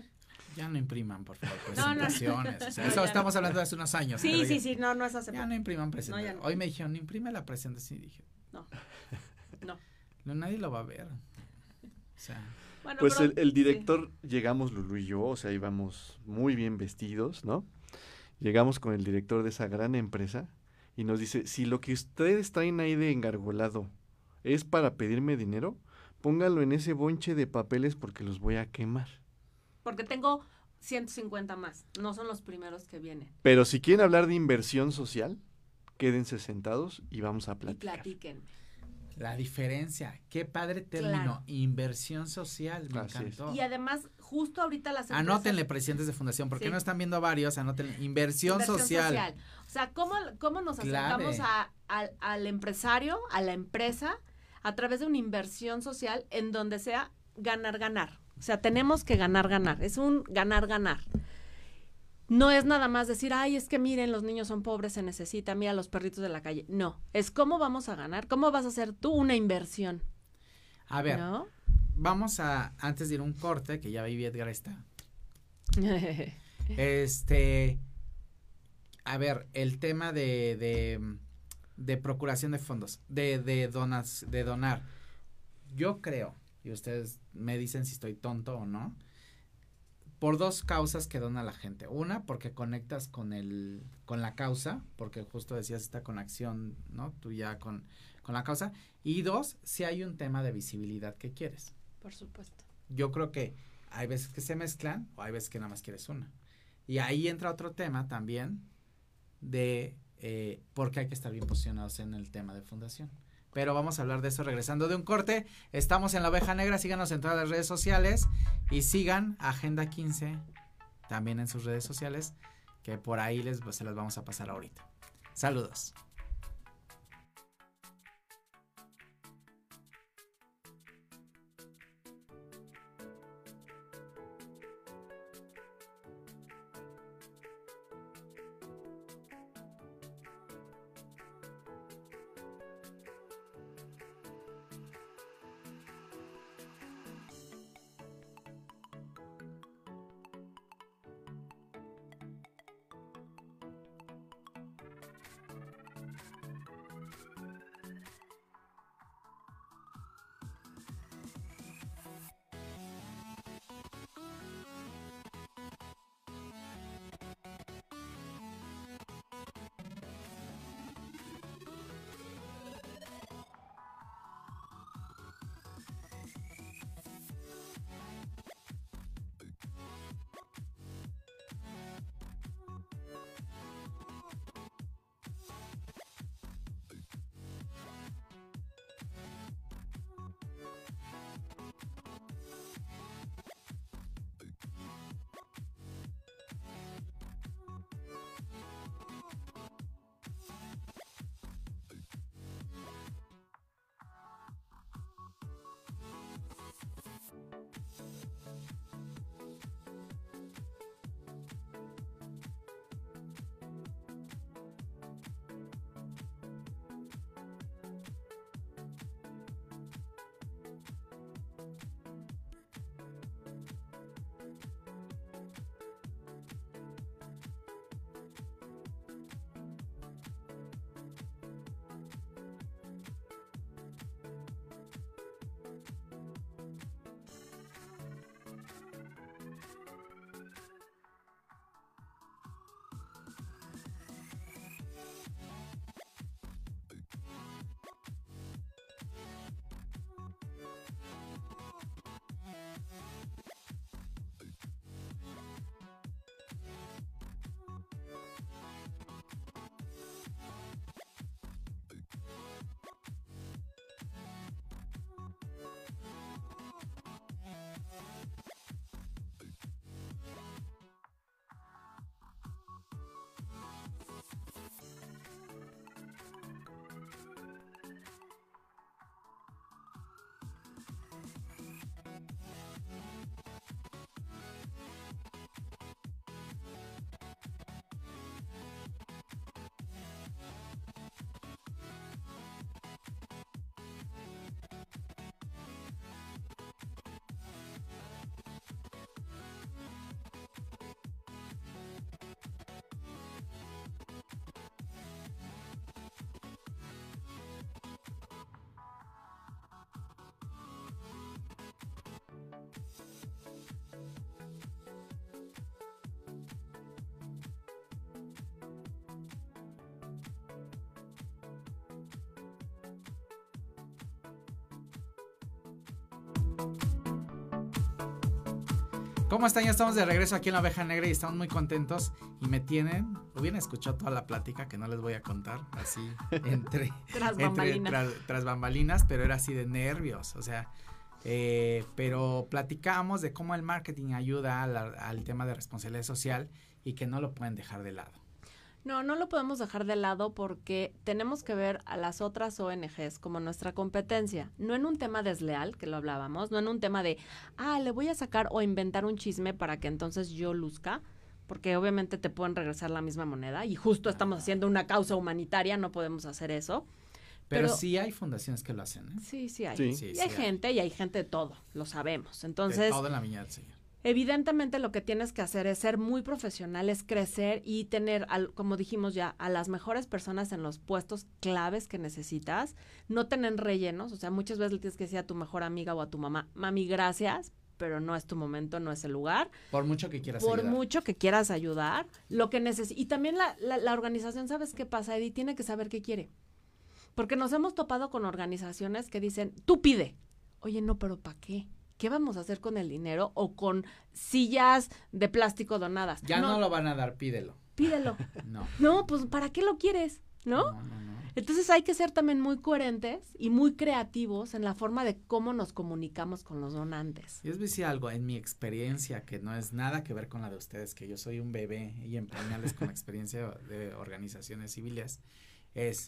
Ya no impriman, por favor, No, no. presentaciones. O sea, No, eso ya estamos hablando de hace unos años. sí, pero sí, ya- sí, no, no es Ya aceptable. no impriman presentaciones. No, ya no. Hoy me dijeron, imprime la presentación. Y dije, No, no. no, nadie lo va a ver. O sea, Bueno, Pues pero- el, el director, llegamos Lulu y yo, o sea, íbamos muy bien vestidos, ¿no? Llegamos con el director de esa gran empresa y nos dice, si lo que ustedes traen ahí de engargolado es para pedirme dinero, póngalo en ese bonche de papeles porque los voy a quemar. Porque tengo ciento cincuenta más, no son los primeros que vienen. Pero si quieren hablar de inversión social, quédense sentados y vamos a Y platicar. platiquen. la diferencia. Qué padre término. Claro. Inversión social. Me Así es. encantó. Y además, justo ahorita las empresas... Anótenle, presidentes de fundación, porque Sí. no están viendo varios, anótenle. Inversión, Inversión social. O sea, ¿cómo, cómo nos Clave. acercamos a- al, al empresario, a la empresa, a través de una inversión social en donde sea ganar, ganar? O sea, tenemos que ganar, ganar. Es un ganar, ganar. No es nada más decir, ay, es que miren, los niños son pobres, se necesita, mira los perritos de la calle. No, es cómo vamos a ganar, cómo vas a hacer tú una inversión. A ver, ¿No? vamos a, antes de ir a un corte, que ya Baby Edgar está. Este, a ver, el tema de, de, de procuración de fondos, de, de donas, de donar. Yo creo, y ustedes me dicen si estoy tonto o no, por dos causas que dona la gente. Una, porque conectas con el, con la causa, porque justo decías esta conexión, ¿no? Tú ya con, con la causa. Y dos, si hay un tema de visibilidad que quieres. Por supuesto. Yo creo que hay veces que se mezclan o hay veces que nada más quieres una. Y ahí entra otro tema también de eh, por qué hay que estar bien posicionados en el tema de fundación. Pero vamos a hablar de eso regresando de un corte. Estamos en La Oveja Negra, síganos en todas las redes sociales y sigan Agenda quince también en sus redes sociales, que por ahí les, pues, se las vamos a pasar ahorita. Saludos. ¿Cómo están? Ya estamos de regreso aquí en La Oveja Negra y estamos muy contentos y me tienen, hubieran escuchado toda la plática que no les voy a contar, así entre tras entre, bambalinas. Tras, tras bambalinas, pero era así de nervios, o sea, eh, pero platicábamos de cómo el marketing ayuda a la, al tema de responsabilidad social y que no lo pueden dejar de lado. No, no lo podemos dejar de lado porque tenemos que ver a las otras O N Ges como nuestra competencia, no en un tema desleal, que lo hablábamos, no en un tema de, ah, le voy a sacar o inventar un chisme para que entonces yo luzca, porque obviamente te pueden regresar la misma moneda y justo estamos haciendo una causa humanitaria, no podemos hacer eso. Pero, Pero sí hay fundaciones que lo hacen, ¿eh? Sí, sí hay. Sí. Sí, y sí hay gente y hay gente de todo, lo sabemos. Entonces, de todo en la viña del Señor. evidentemente lo que tienes que hacer es ser muy profesional, es crecer y tener, al, como dijimos ya, a las mejores personas en los puestos claves que necesitas, no tener rellenos, o sea, muchas veces le tienes que decir a tu mejor amiga o a tu mamá, mami, gracias, pero no es tu momento, no es el lugar. Por mucho que quieras Por ayudar. mucho que quieras ayudar, lo que necesitas. Y también la, la, la organización, ¿sabes qué pasa, Eddie? Tiene que saber qué quiere. Porque nos hemos topado con organizaciones que dicen, tú pide. Oye, no, pero ¿para qué? ¿Qué vamos a hacer con el dinero o con sillas de plástico donadas? Ya no, no lo van a dar, pídelo. Pídelo. No. No, pues ¿para qué lo quieres? ¿No? No, no, no. Entonces hay que ser también muy coherentes y muy creativos en la forma de cómo nos comunicamos con los donantes. Y les voy a decir algo, en mi experiencia, que no es nada que ver con la de ustedes, que yo soy un bebé y en pañales con experiencia de organizaciones civiles, es,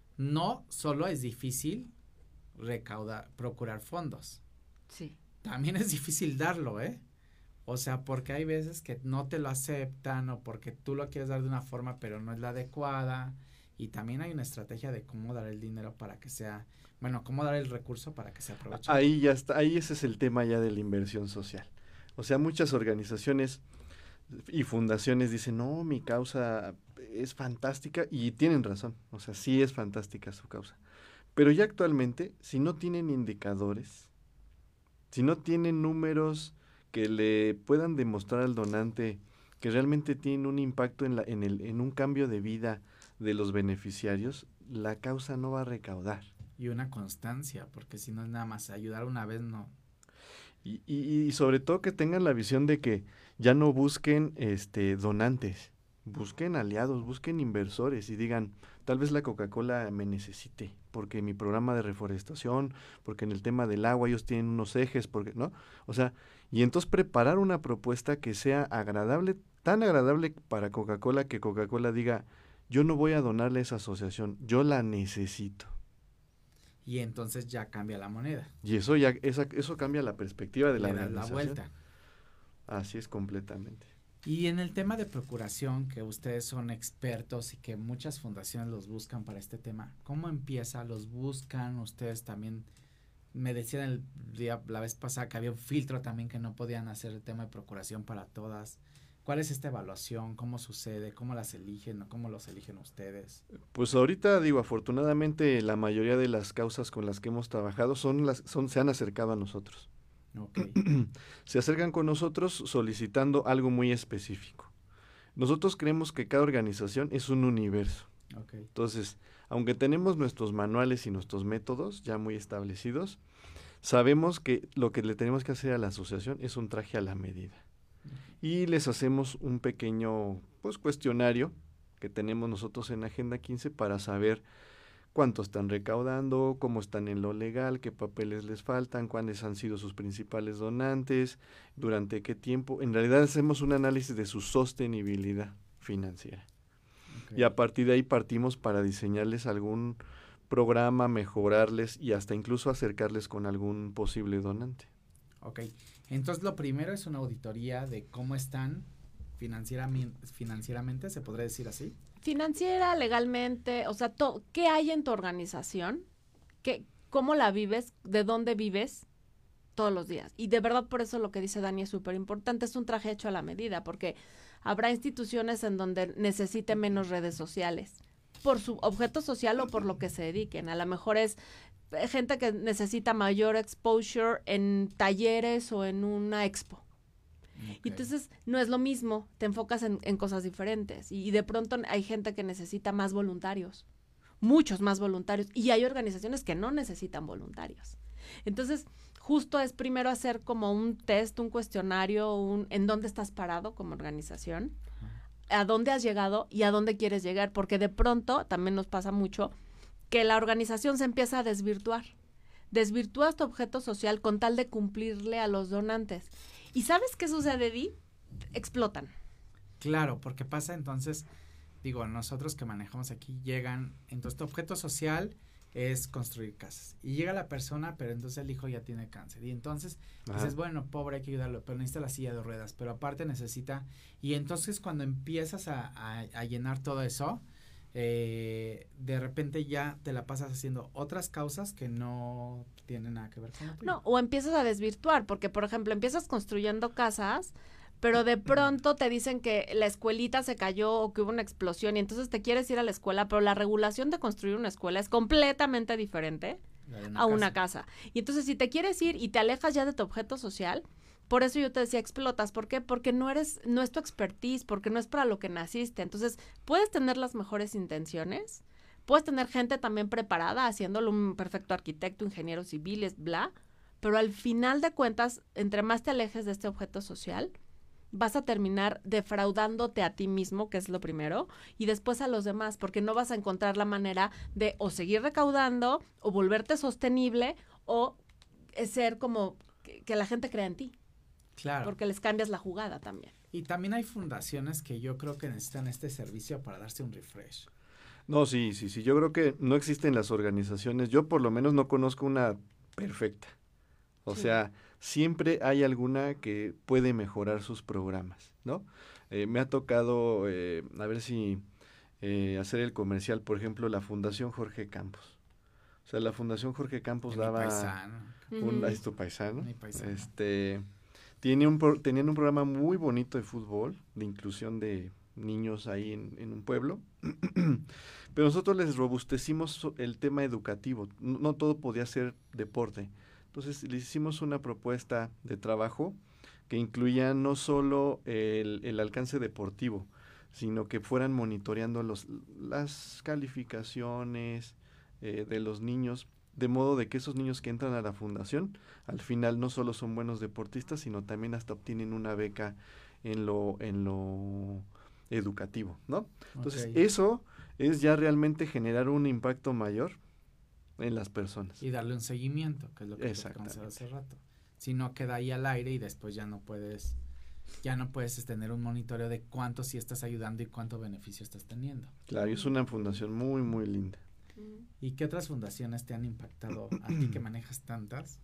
no solo es difícil recaudar, procurar fondos. Sí. También es difícil darlo, ¿eh? O sea, porque hay veces que no te lo aceptan o porque tú lo quieres dar de una forma pero no es la adecuada y también hay una estrategia de cómo dar el dinero para que sea, bueno, cómo dar el recurso para que se aproveche. Ahí ya está, ahí ese es el tema ya de la inversión social. O sea, muchas organizaciones y fundaciones dicen, no, mi causa es fantástica y tienen razón, o sea, sí es fantástica su causa. Pero ya actualmente, si no tienen indicadores, si no tienen números que le puedan demostrar al donante que realmente tienen un impacto en, la, en, el, en un cambio de vida de los beneficiarios, la causa no va a recaudar. Y una constancia, porque si no es nada más ayudar una vez, no. Y, y, y sobre todo que tengan la visión de que ya no busquen este donantes, busquen aliados, busquen inversores y digan, tal vez la Coca-Cola me necesite, porque mi programa de reforestación, porque en el tema del agua ellos tienen unos ejes, porque, ¿no? O sea, y entonces preparar una propuesta que sea agradable, tan agradable para Coca-Cola que Coca-Cola diga, yo no voy a donarle a esa asociación, yo la necesito. Y entonces ya cambia la moneda. Y eso ya, esa, eso cambia la perspectiva de la Le das la organización. vuelta. Así es completamente. Y en el tema de procuración, que ustedes son expertos y que muchas fundaciones los buscan para este tema, ¿cómo empieza? ¿Los buscan? Ustedes también, me decían el día, la vez pasada que había un filtro también que no podían hacer el tema de procuración para todas. ¿Cuál es esta evaluación? ¿Cómo sucede? ¿Cómo las eligen? ¿O cómo los eligen ustedes? Pues ahorita digo, afortunadamente la mayoría de las causas con las que hemos trabajado son las, son, se han acercado a nosotros. Okay. Se acercan con nosotros solicitando algo muy específico. Nosotros creemos que cada organización es un universo. Okay. Entonces, aunque tenemos nuestros manuales y nuestros métodos ya muy establecidos, sabemos que lo que le tenemos que hacer a la asociación es un traje a la medida. Y les hacemos un pequeño pues cuestionario que tenemos nosotros en Agenda quince para saber cuánto están recaudando, cómo están en lo legal, qué papeles les faltan, cuáles han sido sus principales donantes, durante qué tiempo. En realidad hacemos un análisis de su sostenibilidad financiera. Okay. Y a partir de ahí partimos para diseñarles algún programa, mejorarles y hasta incluso acercarles con algún posible donante. Ok, entonces lo primero es una auditoría de cómo están financieramente, financieramente, ¿se podría decir así? Financiera, legalmente, o sea, to, ¿qué hay en tu organización? ¿Qué, ¿Cómo la vives? ¿De dónde vives? Todos los días. Y de verdad por eso lo que dice Dani es súper importante, es un traje hecho a la medida, porque habrá instituciones en donde necesite menos redes sociales, por su objeto social o por lo que se dediquen. A lo mejor es gente que necesita mayor exposure en talleres o en una expo. Okay. Y entonces no es lo mismo, te enfocas en, en cosas diferentes y, y de pronto hay gente que necesita más voluntarios, muchos más voluntarios, y hay organizaciones que no necesitan voluntarios. Entonces, justo es primero hacer como un test, un cuestionario, un en dónde estás parado como organización, a dónde has llegado y a dónde quieres llegar, porque de pronto también nos pasa mucho que la organización se empieza a desvirtuar. Desvirtúas tu objeto social con tal de cumplirle a los donantes. ¿Y sabes qué sucede, Di? Explotan. Claro, porque pasa entonces, digo, nosotros que manejamos aquí llegan, entonces tu objeto social es construir casas. Y llega la persona, pero entonces el hijo ya tiene cáncer. Y entonces Ajá. dices, bueno, pobre, hay que ayudarlo, pero necesita la silla de ruedas, pero aparte necesita, y entonces cuando empiezas a, a, a llenar todo eso, eh, de repente ya te la pasas haciendo otras causas que no tienen nada que ver con lo tuyo. No, o empiezas a desvirtuar, porque por ejemplo empiezas construyendo casas, pero de pronto te dicen que la escuelita se cayó o que hubo una explosión y entonces te quieres ir a la escuela, pero la regulación de construir una escuela es completamente diferente una a una casa. casa. Y entonces si te quieres ir y te alejas ya de tu objeto social, por eso yo te decía explotas. ¿Por qué? Porque no eres, no es tu expertise, porque no es para lo que naciste. Entonces puedes tener las mejores intenciones, puedes tener gente también preparada, haciéndolo un perfecto arquitecto, ingenieros civiles, bla, pero al final de cuentas, entre más te alejes de este objeto social, vas a terminar defraudándote a ti mismo, que es lo primero, y después a los demás, porque no vas a encontrar la manera de o seguir recaudando, o volverte sostenible, o ser como que, que la gente crea en ti. Claro. Porque les cambias la jugada también. Y también hay fundaciones que yo creo que necesitan este servicio para darse un refresh. No, sí, sí, sí, yo creo que no existen las organizaciones, yo por lo menos no conozco una perfecta. O sí. sea, siempre hay alguna que puede mejorar sus programas, ¿no? Eh, me ha tocado, eh, a ver si eh, hacer el comercial, por ejemplo, la Fundación Jorge Campos. O sea, la Fundación Jorge Campos daba... Mi paisano. Un, uh-huh. ¿Es tu paisano? Mi paisano. Este, tiene un pro, tenían un programa muy bonito de fútbol, de inclusión de niños ahí en, en un pueblo. Pero nosotros les robustecimos el tema educativo. No, no todo podía ser deporte. Entonces, les hicimos una propuesta de trabajo que incluía no solo el, el alcance deportivo, sino que fueran monitoreando los, las calificaciones eh, de los niños, de modo de que esos niños que entran a la fundación, al final no solo son buenos deportistas, sino también hasta obtienen una beca en lo, en lo educativo, ¿no? Entonces, okay. eso es ya realmente generar un impacto mayor en las personas. Y darle un seguimiento, que es lo que platicamos hace rato. Si no queda ahí al aire y después ya no puedes, ya no puedes tener un monitoreo de cuánto sí estás ayudando y cuánto beneficio estás teniendo. Claro, y es una fundación muy, muy linda. ¿Y qué otras fundaciones te han impactado a ti que manejas tantas?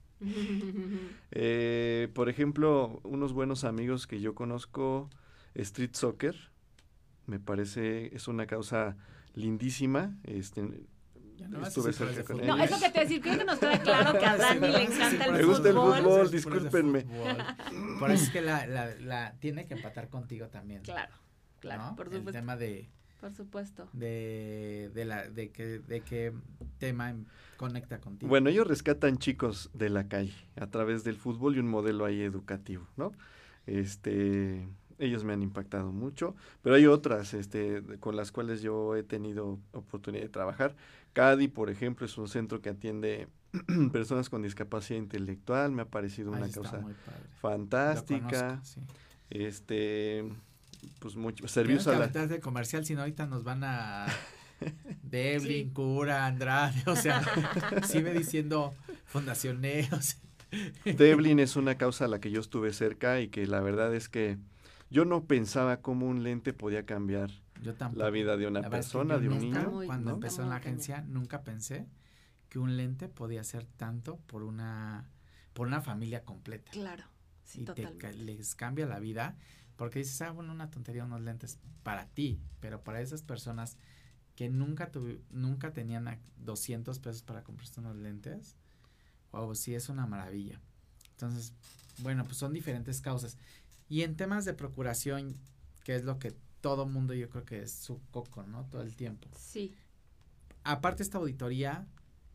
eh, por ejemplo, unos buenos amigos que yo conozco, Street Soccer, me parece, es una causa lindísima, este... No, estuve cerca con no, es lo que te decir, creo que nos queda claro que a Dani le encanta el fútbol. Me gusta el fútbol, discúlpenme. Por eso es que la, la, la tiene que empatar contigo también. Claro, claro, ¿no? por supuesto. El tema de... Por supuesto. De, de, la, de, que, de qué tema conecta contigo. Bueno, ellos rescatan chicos de la calle a través del fútbol y un modelo ahí educativo, ¿no? Este... Ellos me han impactado mucho, pero hay otras este, con las cuales yo he tenido oportunidad de trabajar. CADI, por ejemplo, es un centro que atiende personas con discapacidad intelectual. Me ha parecido una causa fantástica. Conozco, sí. Este, pues mucho servicios a la... de comercial, si no ahorita nos van a Devlin, sí. Cura, Andrade, o sea, sigue diciendo fundaciones. Devlin es una causa a la que yo estuve cerca y que la verdad es que yo no pensaba cómo un lente podía cambiar yo la vida de una persona, de un nunca, niño. Cuando ¿no? empezó en la agencia, cañón. Nunca pensé que un lente podía hacer tanto por una por una familia completa. Claro, sí, y totalmente. te les cambia la vida, porque dices, ah, bueno, una tontería, unos lentes para ti, pero para esas personas que nunca tuve, nunca tenían doscientos pesos para comprarse unos lentes, wow, sí es una maravilla. Entonces, bueno, pues son diferentes causas. Y en temas de procuración, que es lo que todo mundo yo creo que es su coco, ¿no? Todo el tiempo. Sí. Aparte esta auditoría,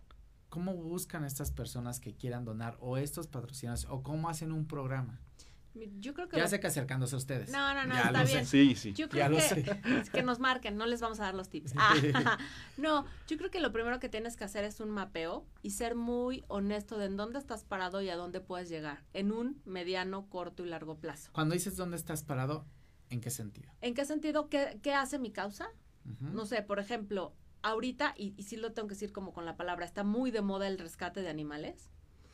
¿cómo buscan estas personas que quieran donar o estos patrocinadores o cómo hacen un programa? Yo creo que Ya lo- sé que acercándose a ustedes. No, no, no, Ya está lo bien. sé. Sí, sí. Yo Ya creo lo que, sé. es que nos marquen, no les vamos a dar los tips. Ah, no, yo creo que lo primero que tienes que hacer es un mapeo y ser muy honesto de en dónde estás parado y a dónde puedes llegar, en un mediano, corto y largo plazo. Cuando dices dónde estás parado, ¿en qué sentido? ¿En qué sentido? ¿Qué, qué hace mi causa? Ujú. No sé, por ejemplo, ahorita, y, y sí lo tengo que decir como con la palabra, está muy de moda el rescate de animales,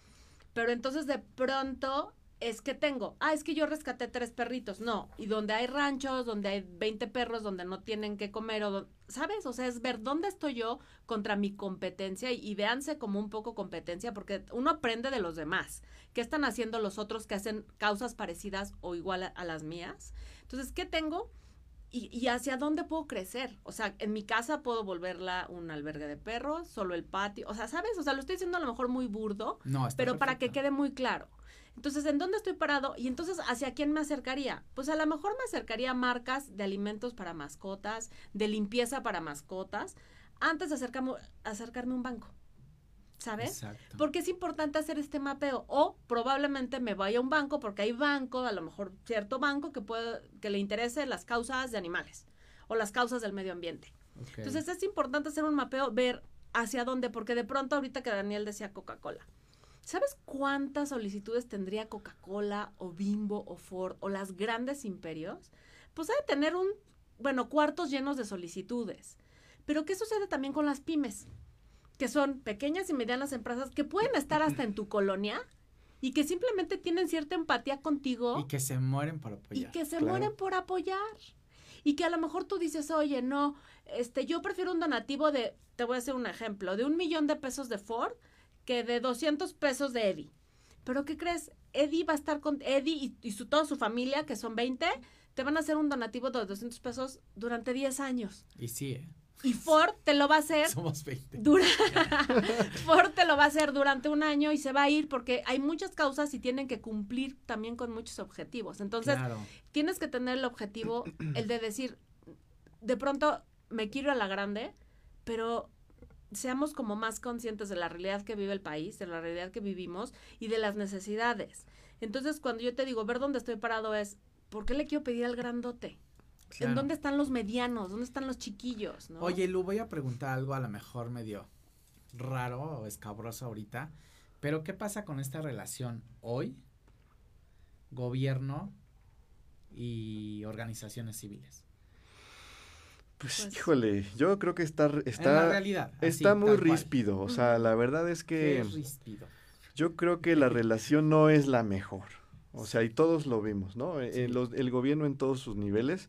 pero entonces de pronto es que tengo, ah, es que yo rescaté tres perritos, no, y donde hay ranchos, donde hay veinte perros, donde no tienen que comer, o don- ¿sabes? O sea, es ver dónde estoy yo contra mi competencia y, y véanse como un poco competencia, porque uno aprende de los demás, qué están haciendo los otros que hacen causas parecidas o igual a, a las mías. Entonces, ¿qué tengo? Y, y hacia dónde puedo crecer. O sea, en mi casa puedo volverla un albergue de perros, solo el patio. O sea, ¿sabes? O sea, lo estoy diciendo a lo mejor muy burdo, No, está pero para que perfecto. quede muy claro. Entonces, ¿en dónde estoy parado? Y entonces, ¿hacia quién me acercaría? Pues a lo mejor me acercaría a marcas de alimentos para mascotas, de limpieza para mascotas, antes de acercarme, acercarme a un banco. ¿Sabes? Exacto. Porque es importante hacer este mapeo. O probablemente me vaya a un banco, porque hay banco, a lo mejor cierto banco que puede, que le interese las causas de animales o las causas del medio ambiente. Ok. Entonces es importante hacer un mapeo, ver hacia dónde, porque de pronto ahorita que Daniel decía Coca-Cola, ¿sabes cuántas solicitudes tendría Coca-Cola o Bimbo o Ford o las grandes imperios? Pues ha de tener un, bueno, cuartos llenos de solicitudes. Pero ¿qué sucede también con las pymes? Que son pequeñas y medianas empresas que pueden estar hasta en tu colonia y que simplemente tienen cierta empatía contigo Y que se mueren por y apoyar. que se Claro. mueren por apoyar. Y que a lo mejor tú dices, oye, no, este, yo prefiero un donativo de, te voy a hacer un ejemplo, de un millón de pesos de Ford que de doscientos pesos de Eddie. Pero ¿qué crees? Eddie va a estar con, Eddie y, y su, toda su familia, que son veinte, te van a hacer un donativo de doscientos pesos durante diez años. Y sí, ¿eh? Y Ford te lo va a hacer Somos veinte. Dura Ford te lo va a hacer durante un año y se va a ir porque hay muchas causas y tienen que cumplir también con muchos objetivos. Entonces, Claro. tienes que tener el objetivo, el de decir, de pronto me quiero ir a la grande, pero seamos como más conscientes de la realidad que vive el país, de la realidad que vivimos y de las necesidades. Entonces, cuando yo te digo, ver dónde estoy parado es, ¿por qué le quiero pedir al grandote? Claro. ¿En dónde están los medianos? ¿Dónde están los chiquillos? ¿No? Oye, Lu, voy a preguntar algo a lo mejor medio raro o escabroso ahorita, pero ¿qué pasa con esta relación hoy, gobierno y organizaciones civiles? Pues, Pues- híjole, yo creo que está, en la está, realidad. así, está muy tal cual. ríspido. O sea, Ujú. la verdad es Qué que ríspido. yo creo que la relación no es la mejor. O sea, y todos lo vimos, ¿no? Eh, Sí. los- el gobierno en todos sus niveles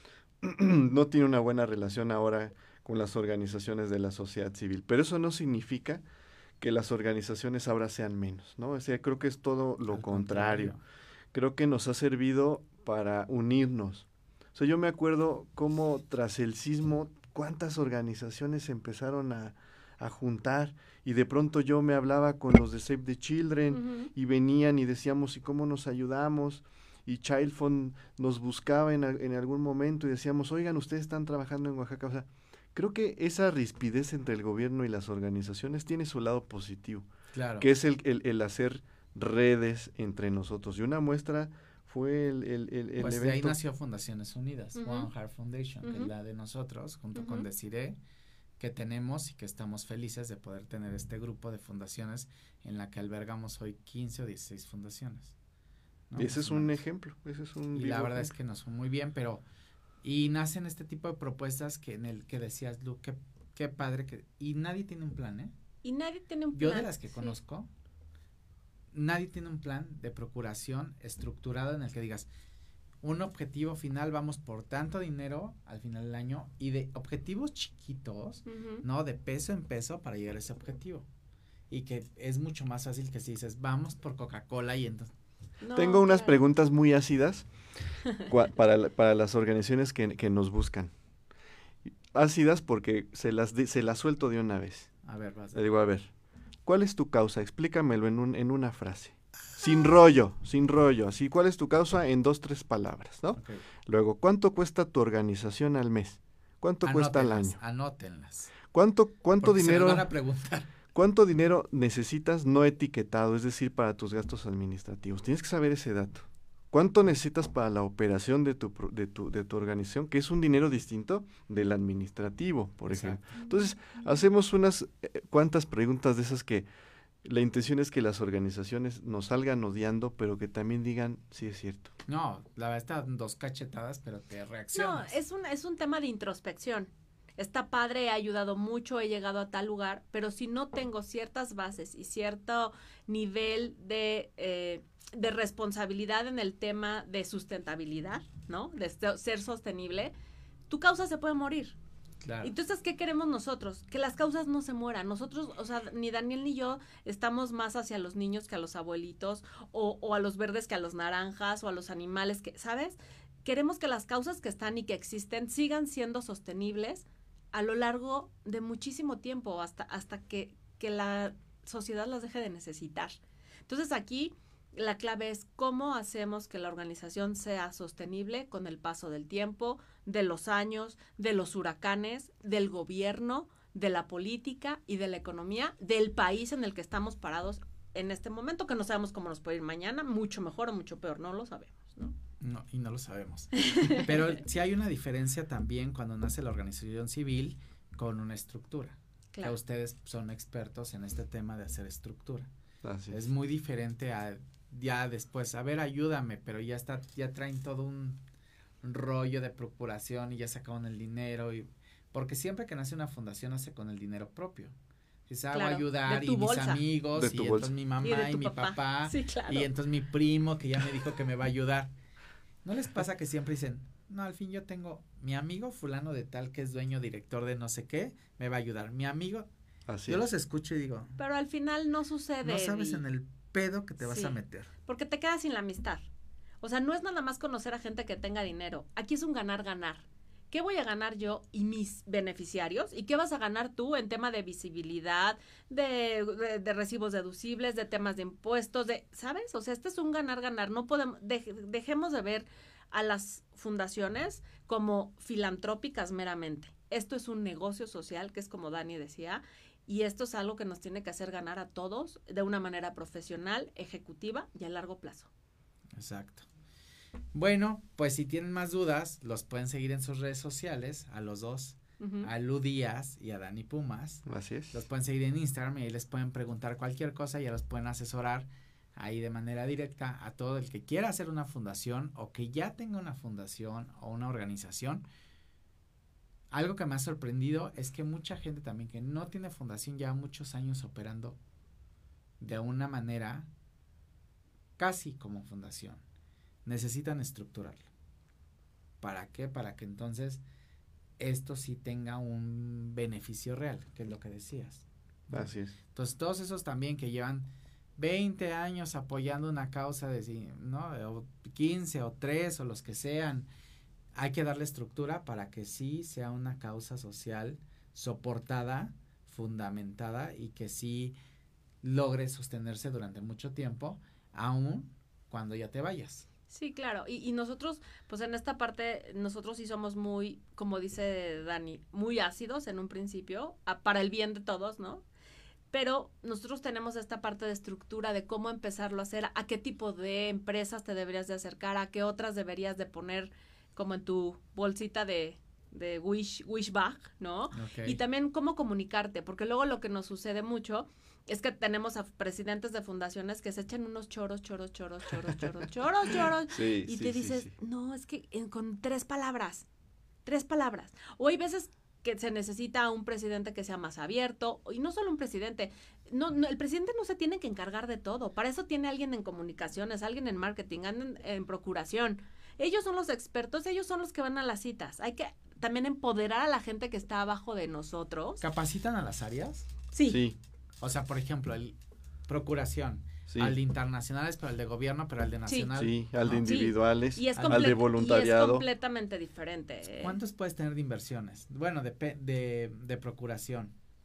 no tiene una buena relación ahora con las organizaciones de la sociedad civil. Pero eso no significa que las organizaciones ahora sean menos, ¿no? O sea, creo que es todo lo Al contrario. Creo que nos ha servido para unirnos. O sea, yo me acuerdo cómo tras el sismo, cuántas organizaciones se empezaron a, a juntar y de pronto yo me hablaba con los de Save the Children Ujú. y venían y decíamos, ¿y cómo nos ayudamos? Y Child Fund nos buscaba en, al- en algún momento y decíamos, oigan, ustedes están trabajando en Oaxaca. O sea, creo que esa rispidez entre el gobierno y las organizaciones tiene su lado positivo, Claro. que es el, el, el hacer redes entre nosotros. Y una muestra fue el, el, el, el Pues de ahí evento. nació Fundaciones Unidas, Ujú. One Heart Foundation, que Ujú. es la de nosotros, junto con Ujú. Desiree, que tenemos y que estamos felices de poder tener este grupo de fundaciones en la que albergamos hoy quince o dieciséis fundaciones. ¿no? Y ese Más es o un menos. ejemplo. Ese es un Y vivo la verdad es ejemplo. que nos fue muy bien, pero y nacen este tipo de propuestas que en el que decías, Lu, qué, qué padre que y nadie tiene un plan, ¿eh? Y nadie tiene un Yo plan. de las que Sí. conozco, nadie tiene un plan de procuración estructurado en el que digas, un objetivo final, vamos por tanto dinero al final del año y de objetivos chiquitos, Ujú. ¿no? De peso en peso para llegar a ese objetivo. Y que es mucho más fácil que si dices, vamos por Coca-Cola y entonces... No, Tengo unas claro. preguntas muy ácidas cua- para, la- para las organizaciones que, que nos buscan. Ácidas porque se las, di- se las suelto de una vez. A ver, vas. Le digo, a ver, ¿cuál es tu causa? Explícamelo en, un, en una frase. Sin rollo, sin rollo. Así, ¿cuál es tu causa? En dos, tres palabras, ¿no? Ok. Luego, ¿cuánto cuesta tu organización al mes? ¿Cuánto cuesta al Anótenlas, año? Anótenlas. ¿Cuánto, cuánto Porque se las dinero, van a preguntar. cuánto dinero necesitas no etiquetado, es decir, para tus gastos administrativos? Tienes que saber ese dato. ¿Cuánto necesitas para la operación de tu, de tu, de tu organización? Que es un dinero distinto del administrativo, por ejemplo. Exacto. Entonces, hacemos unas eh, cuantas preguntas de esas que la intención es que las organizaciones nos salgan odiando, pero que también digan, sí es cierto. No, la verdad están dos cachetadas, pero te No, reaccionas. es un, es un tema de introspección. Está padre, he ayudado mucho, he llegado a tal lugar, pero si no tengo ciertas bases y cierto nivel de, eh, de responsabilidad en el tema de sustentabilidad, ¿no? De ser sostenible, tu causa se puede morir. Claro. Entonces, ¿qué queremos nosotros? Que las causas no se mueran. Nosotros, o sea, ni Daniel ni yo estamos más hacia los niños que a los abuelitos, o, o a los verdes que a los naranjas, o a los animales que, ¿sabes? Queremos que las causas que están y que existen sigan siendo sostenibles a lo largo de muchísimo tiempo, hasta, hasta que, que la sociedad las deje de necesitar. Entonces, aquí la clave es cómo hacemos que la organización sea sostenible con el paso del tiempo, de los años, de los huracanes, del gobierno, de la política y de la economía del país en el que estamos parados en este momento, que no sabemos cómo nos puede ir mañana, mucho mejor o mucho peor, no lo sabemos, ¿no? No, y no lo sabemos. Pero sí hay una diferencia también cuando nace la organización civil con una estructura. Claro. Que ustedes son expertos en este tema de hacer estructura. Así Es muy diferente a ya después, a ver, ayúdame, pero ya está, ya traen todo un rollo de procuración y ya sacaron el dinero, y porque siempre que nace una fundación nace con el dinero propio. Dice, hago Claro, ayudar de y tu mis bolsa. amigos, De y tu entonces bolsa. mi Y mamá de y, tu mi papá. papá, Sí, claro. y entonces mi primo que ya me dijo que me va a ayudar. ¿No les pasa que siempre dicen, no, al fin yo tengo mi amigo fulano de tal que es dueño, director de no sé qué, me va a ayudar? Mi amigo, Así yo es. los escucho y digo, Pero al final no sucede. no sabes Eddie. en el pedo que te vas Sí. a meter. Porque te quedas sin la amistad. O sea, no es nada más conocer a gente que tenga dinero. Aquí es un ganar-ganar. ¿Qué voy a ganar yo y mis beneficiarios? ¿Y qué vas a ganar tú en tema de visibilidad, de, de, de recibos deducibles, de temas de impuestos, de, ¿sabes? O sea, este es un ganar-ganar. No podemos, de, dejemos de ver a las fundaciones como filantrópicas meramente. Esto es un negocio social, que es como Dani decía, y esto es algo que nos tiene que hacer ganar a todos de una manera profesional, ejecutiva y a largo plazo. Exacto. Bueno, pues si tienen más dudas, los pueden seguir en sus redes sociales, a los dos, Uh-huh. a Lu Díaz y a Dani Pumas. Así es. Los pueden seguir en Instagram y ahí les pueden preguntar cualquier cosa y ya los pueden asesorar ahí de manera directa a todo el que quiera hacer una fundación o que ya tenga una fundación o una organización. Algo que me ha sorprendido es que mucha gente también que no tiene fundación lleva muchos años operando de una manera casi como fundación. Necesitan estructurarlo. ¿Para qué? Para que entonces esto sí tenga un beneficio real, que es lo que decías. Así es. Entonces, todos esos también que llevan veinte años apoyando una causa de, ¿no? O quince o tres o los que sean, hay que darle estructura para que sí sea una causa social soportada, fundamentada y que sí logre sostenerse durante mucho tiempo, aun cuando ya te vayas. Sí, claro. Y, y nosotros, pues en esta parte, nosotros sí somos muy, como dice Dani, muy ácidos en un principio, a, para el bien de todos, ¿no? Pero nosotros tenemos esta parte de estructura de cómo empezarlo a hacer, a qué tipo de empresas te deberías de acercar, a qué otras deberías de poner como en tu bolsita de, de wish, wish bag, ¿no? Okay. Y también cómo comunicarte, porque luego lo que nos sucede mucho es que tenemos a presidentes de fundaciones que se echan unos choros, choros, choros, choros, choros, choros, choros, Sí, y sí, te sí, dices, sí. no, es que en, con tres palabras, tres palabras. O hay veces que se necesita un presidente que sea más abierto, y no solo un presidente, no, no, el presidente no se tiene que encargar de todo, para eso tiene alguien en comunicaciones, alguien en marketing, alguien en, en procuración. Ellos son los expertos, ellos son los que van a las citas. Hay que también empoderar a la gente que está abajo de nosotros. ¿Capacitan a las áreas? Sí. Sí, O sea, por ejemplo, el procuración, sí. al de internacionales, pero al de gobierno, pero al de nacional. Sí, al de ¿no? Sí. individuales, Y es, al al de comple- y es voluntariado. completamente diferente. eh. ¿Cuántos puedes tener de inversiones? Bueno, de, pe- de, de procuración.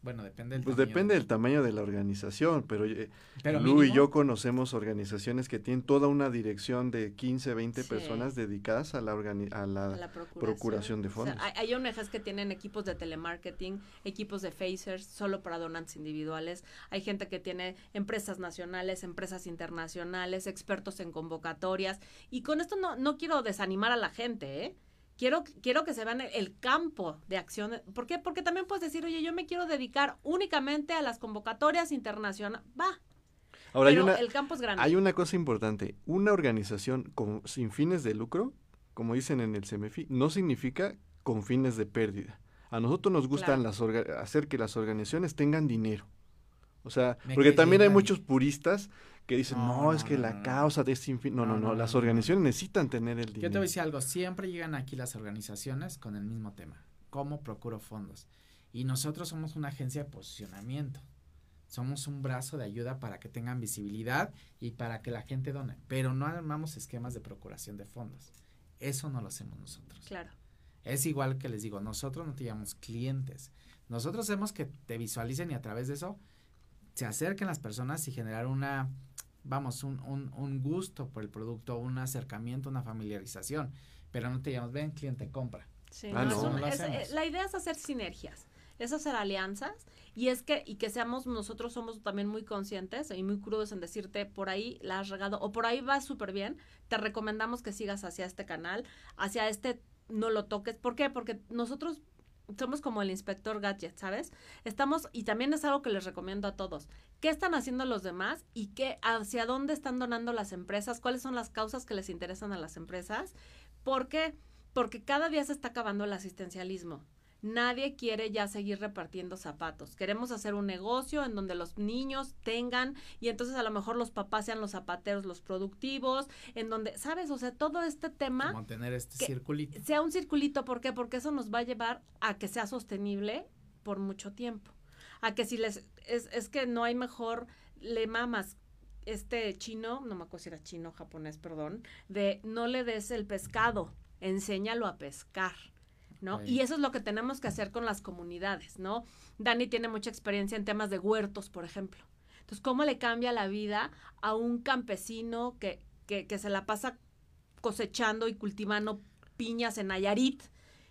Bueno, depende del Pues tamaño depende de- del tamaño de la organización, pero, eh, Pero Lu y mínimo, yo conocemos organizaciones que tienen toda una dirección de quince, veinte Sí. personas dedicadas a la, organi- a la a la procuración, procuración de O sea, fondos. hay, hay O N Ges que tienen equipos de telemarketing, equipos de Facers solo para donantes individuales. Hay gente que tiene empresas nacionales, empresas internacionales, expertos en convocatorias. Y con esto no, no quiero desanimar a la gente, ¿eh? Quiero, quiero que se vean el, el campo de acción. ¿Por qué? Porque también puedes decir, oye, yo me quiero dedicar únicamente a las convocatorias internacionales. Va, Ahora, hay pero una, el campo es grande. hay una cosa importante. Una organización con, sin fines de lucro, como dicen en el CEMEFI, no significa con fines de pérdida. A nosotros nos gustan Claro. las orga- hacer que las organizaciones tengan dinero. O sea, Me porque cae también bien, hay Dani. muchos puristas que dicen, No, no, no, es que no, la no, no. causa de este sin fin. No, no, No, no, no, las no, no. organizaciones necesitan tener el Yo te dinero. voy a decir algo, siempre llegan aquí las organizaciones con el mismo tema, ¿cómo procuro fondos? Y nosotros somos una agencia de posicionamiento, somos un brazo de ayuda para que tengan visibilidad y para que la gente done, pero no armamos esquemas de procuración de fondos, eso no lo hacemos nosotros. Claro. Es igual que les digo, nosotros no te llamamos clientes, nosotros hacemos que te visualicen y a través de eso se acerquen las personas y generar una, vamos, un, un, un gusto por el producto, un acercamiento, una familiarización, pero no te llamamos, ven cliente, compra. Sí, Ah, no, no. es un- No lo es- hacemos. eh, la idea es hacer sinergias, es hacer alianzas y es que y que seamos nosotros somos también muy conscientes y muy crudos en decirte por ahí la has regado o por ahí vas súper bien, te recomendamos que sigas hacia este canal, hacia este no lo toques. ¿Por qué? Porque nosotros somos como el inspector gadget, ¿sabes? Estamos, y también es algo que les recomiendo a todos, ¿qué están haciendo los demás y qué, hacia dónde están donando las empresas? ¿Cuáles son las causas que les interesan a las empresas? ¿Por qué? Porque cada día se está acabando el asistencialismo. Nadie quiere ya seguir repartiendo zapatos. Queremos hacer un negocio en donde los niños tengan y entonces a lo mejor los papás sean los zapateros, los productivos, en donde, ¿sabes? O sea, todo este tema Como tener este que- circulito. sea un circulito. ¿Por qué? Porque eso nos va a llevar a que sea sostenible por mucho tiempo. A que si les, es, es que no hay mejor, le mamas este chino, no me acuerdo si era chino o japonés, perdón, de no le des el pescado, enséñalo a pescar, ¿no? Ok. Y eso es lo que tenemos que hacer con las comunidades, ¿no? Dani tiene mucha experiencia en temas de huertos, por ejemplo. Entonces, ¿cómo le cambia la vida a un campesino que, que, que se la pasa cosechando y cultivando piñas en Nayarit,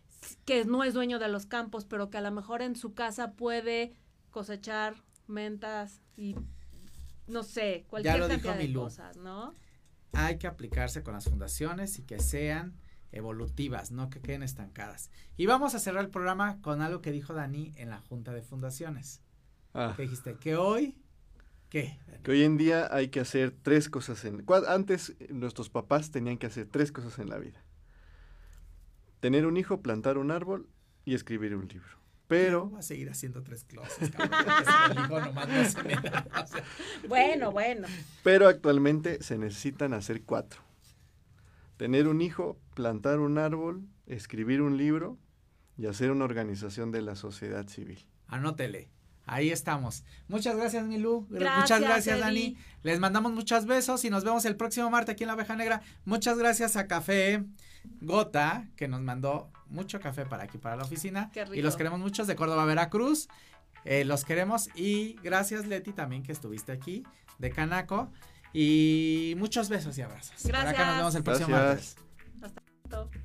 que no es dueño de los campos, pero que a lo mejor en su casa puede cosechar mentas y no sé, cualquier lo dijo cantidad de Milú. cosas, ¿no? Hay que aplicarse con las fundaciones y que sean evolutivas, no que queden estancadas. Y vamos a cerrar el programa con algo que dijo Dani en la Junta de Fundaciones. Ah, Que dijiste que hoy, ¿qué? que hoy en día hay que hacer tres cosas en... cua- Antes eh, nuestros papás tenían que hacer tres cosas en la vida. Tener un hijo, plantar un árbol y escribir un libro. Pero... Yo voy a seguir haciendo tres closets, cabrón, porque si me digo, nomás no se me da, o sea, Bueno, bueno. Pero actualmente se necesitan hacer cuatro. Tener un hijo, plantar un árbol, escribir un libro y hacer una organización de la sociedad civil. Anótele. Ahí estamos. Muchas gracias, Milú. Gracias, Muchas gracias, Eddie. Dani. Les mandamos muchos besos y nos vemos el próximo martes aquí en La Oveja Negra. Muchas gracias a Café Gota, que nos mandó mucho café para aquí, para la oficina. Qué rico. Y los queremos muchos de Córdoba, Veracruz. Eh, los queremos y gracias, Leti, también que estuviste aquí, de Canaco. Y muchos besos y abrazos. Por acá Gracias. nos vemos el próximo Gracias. martes. Todo.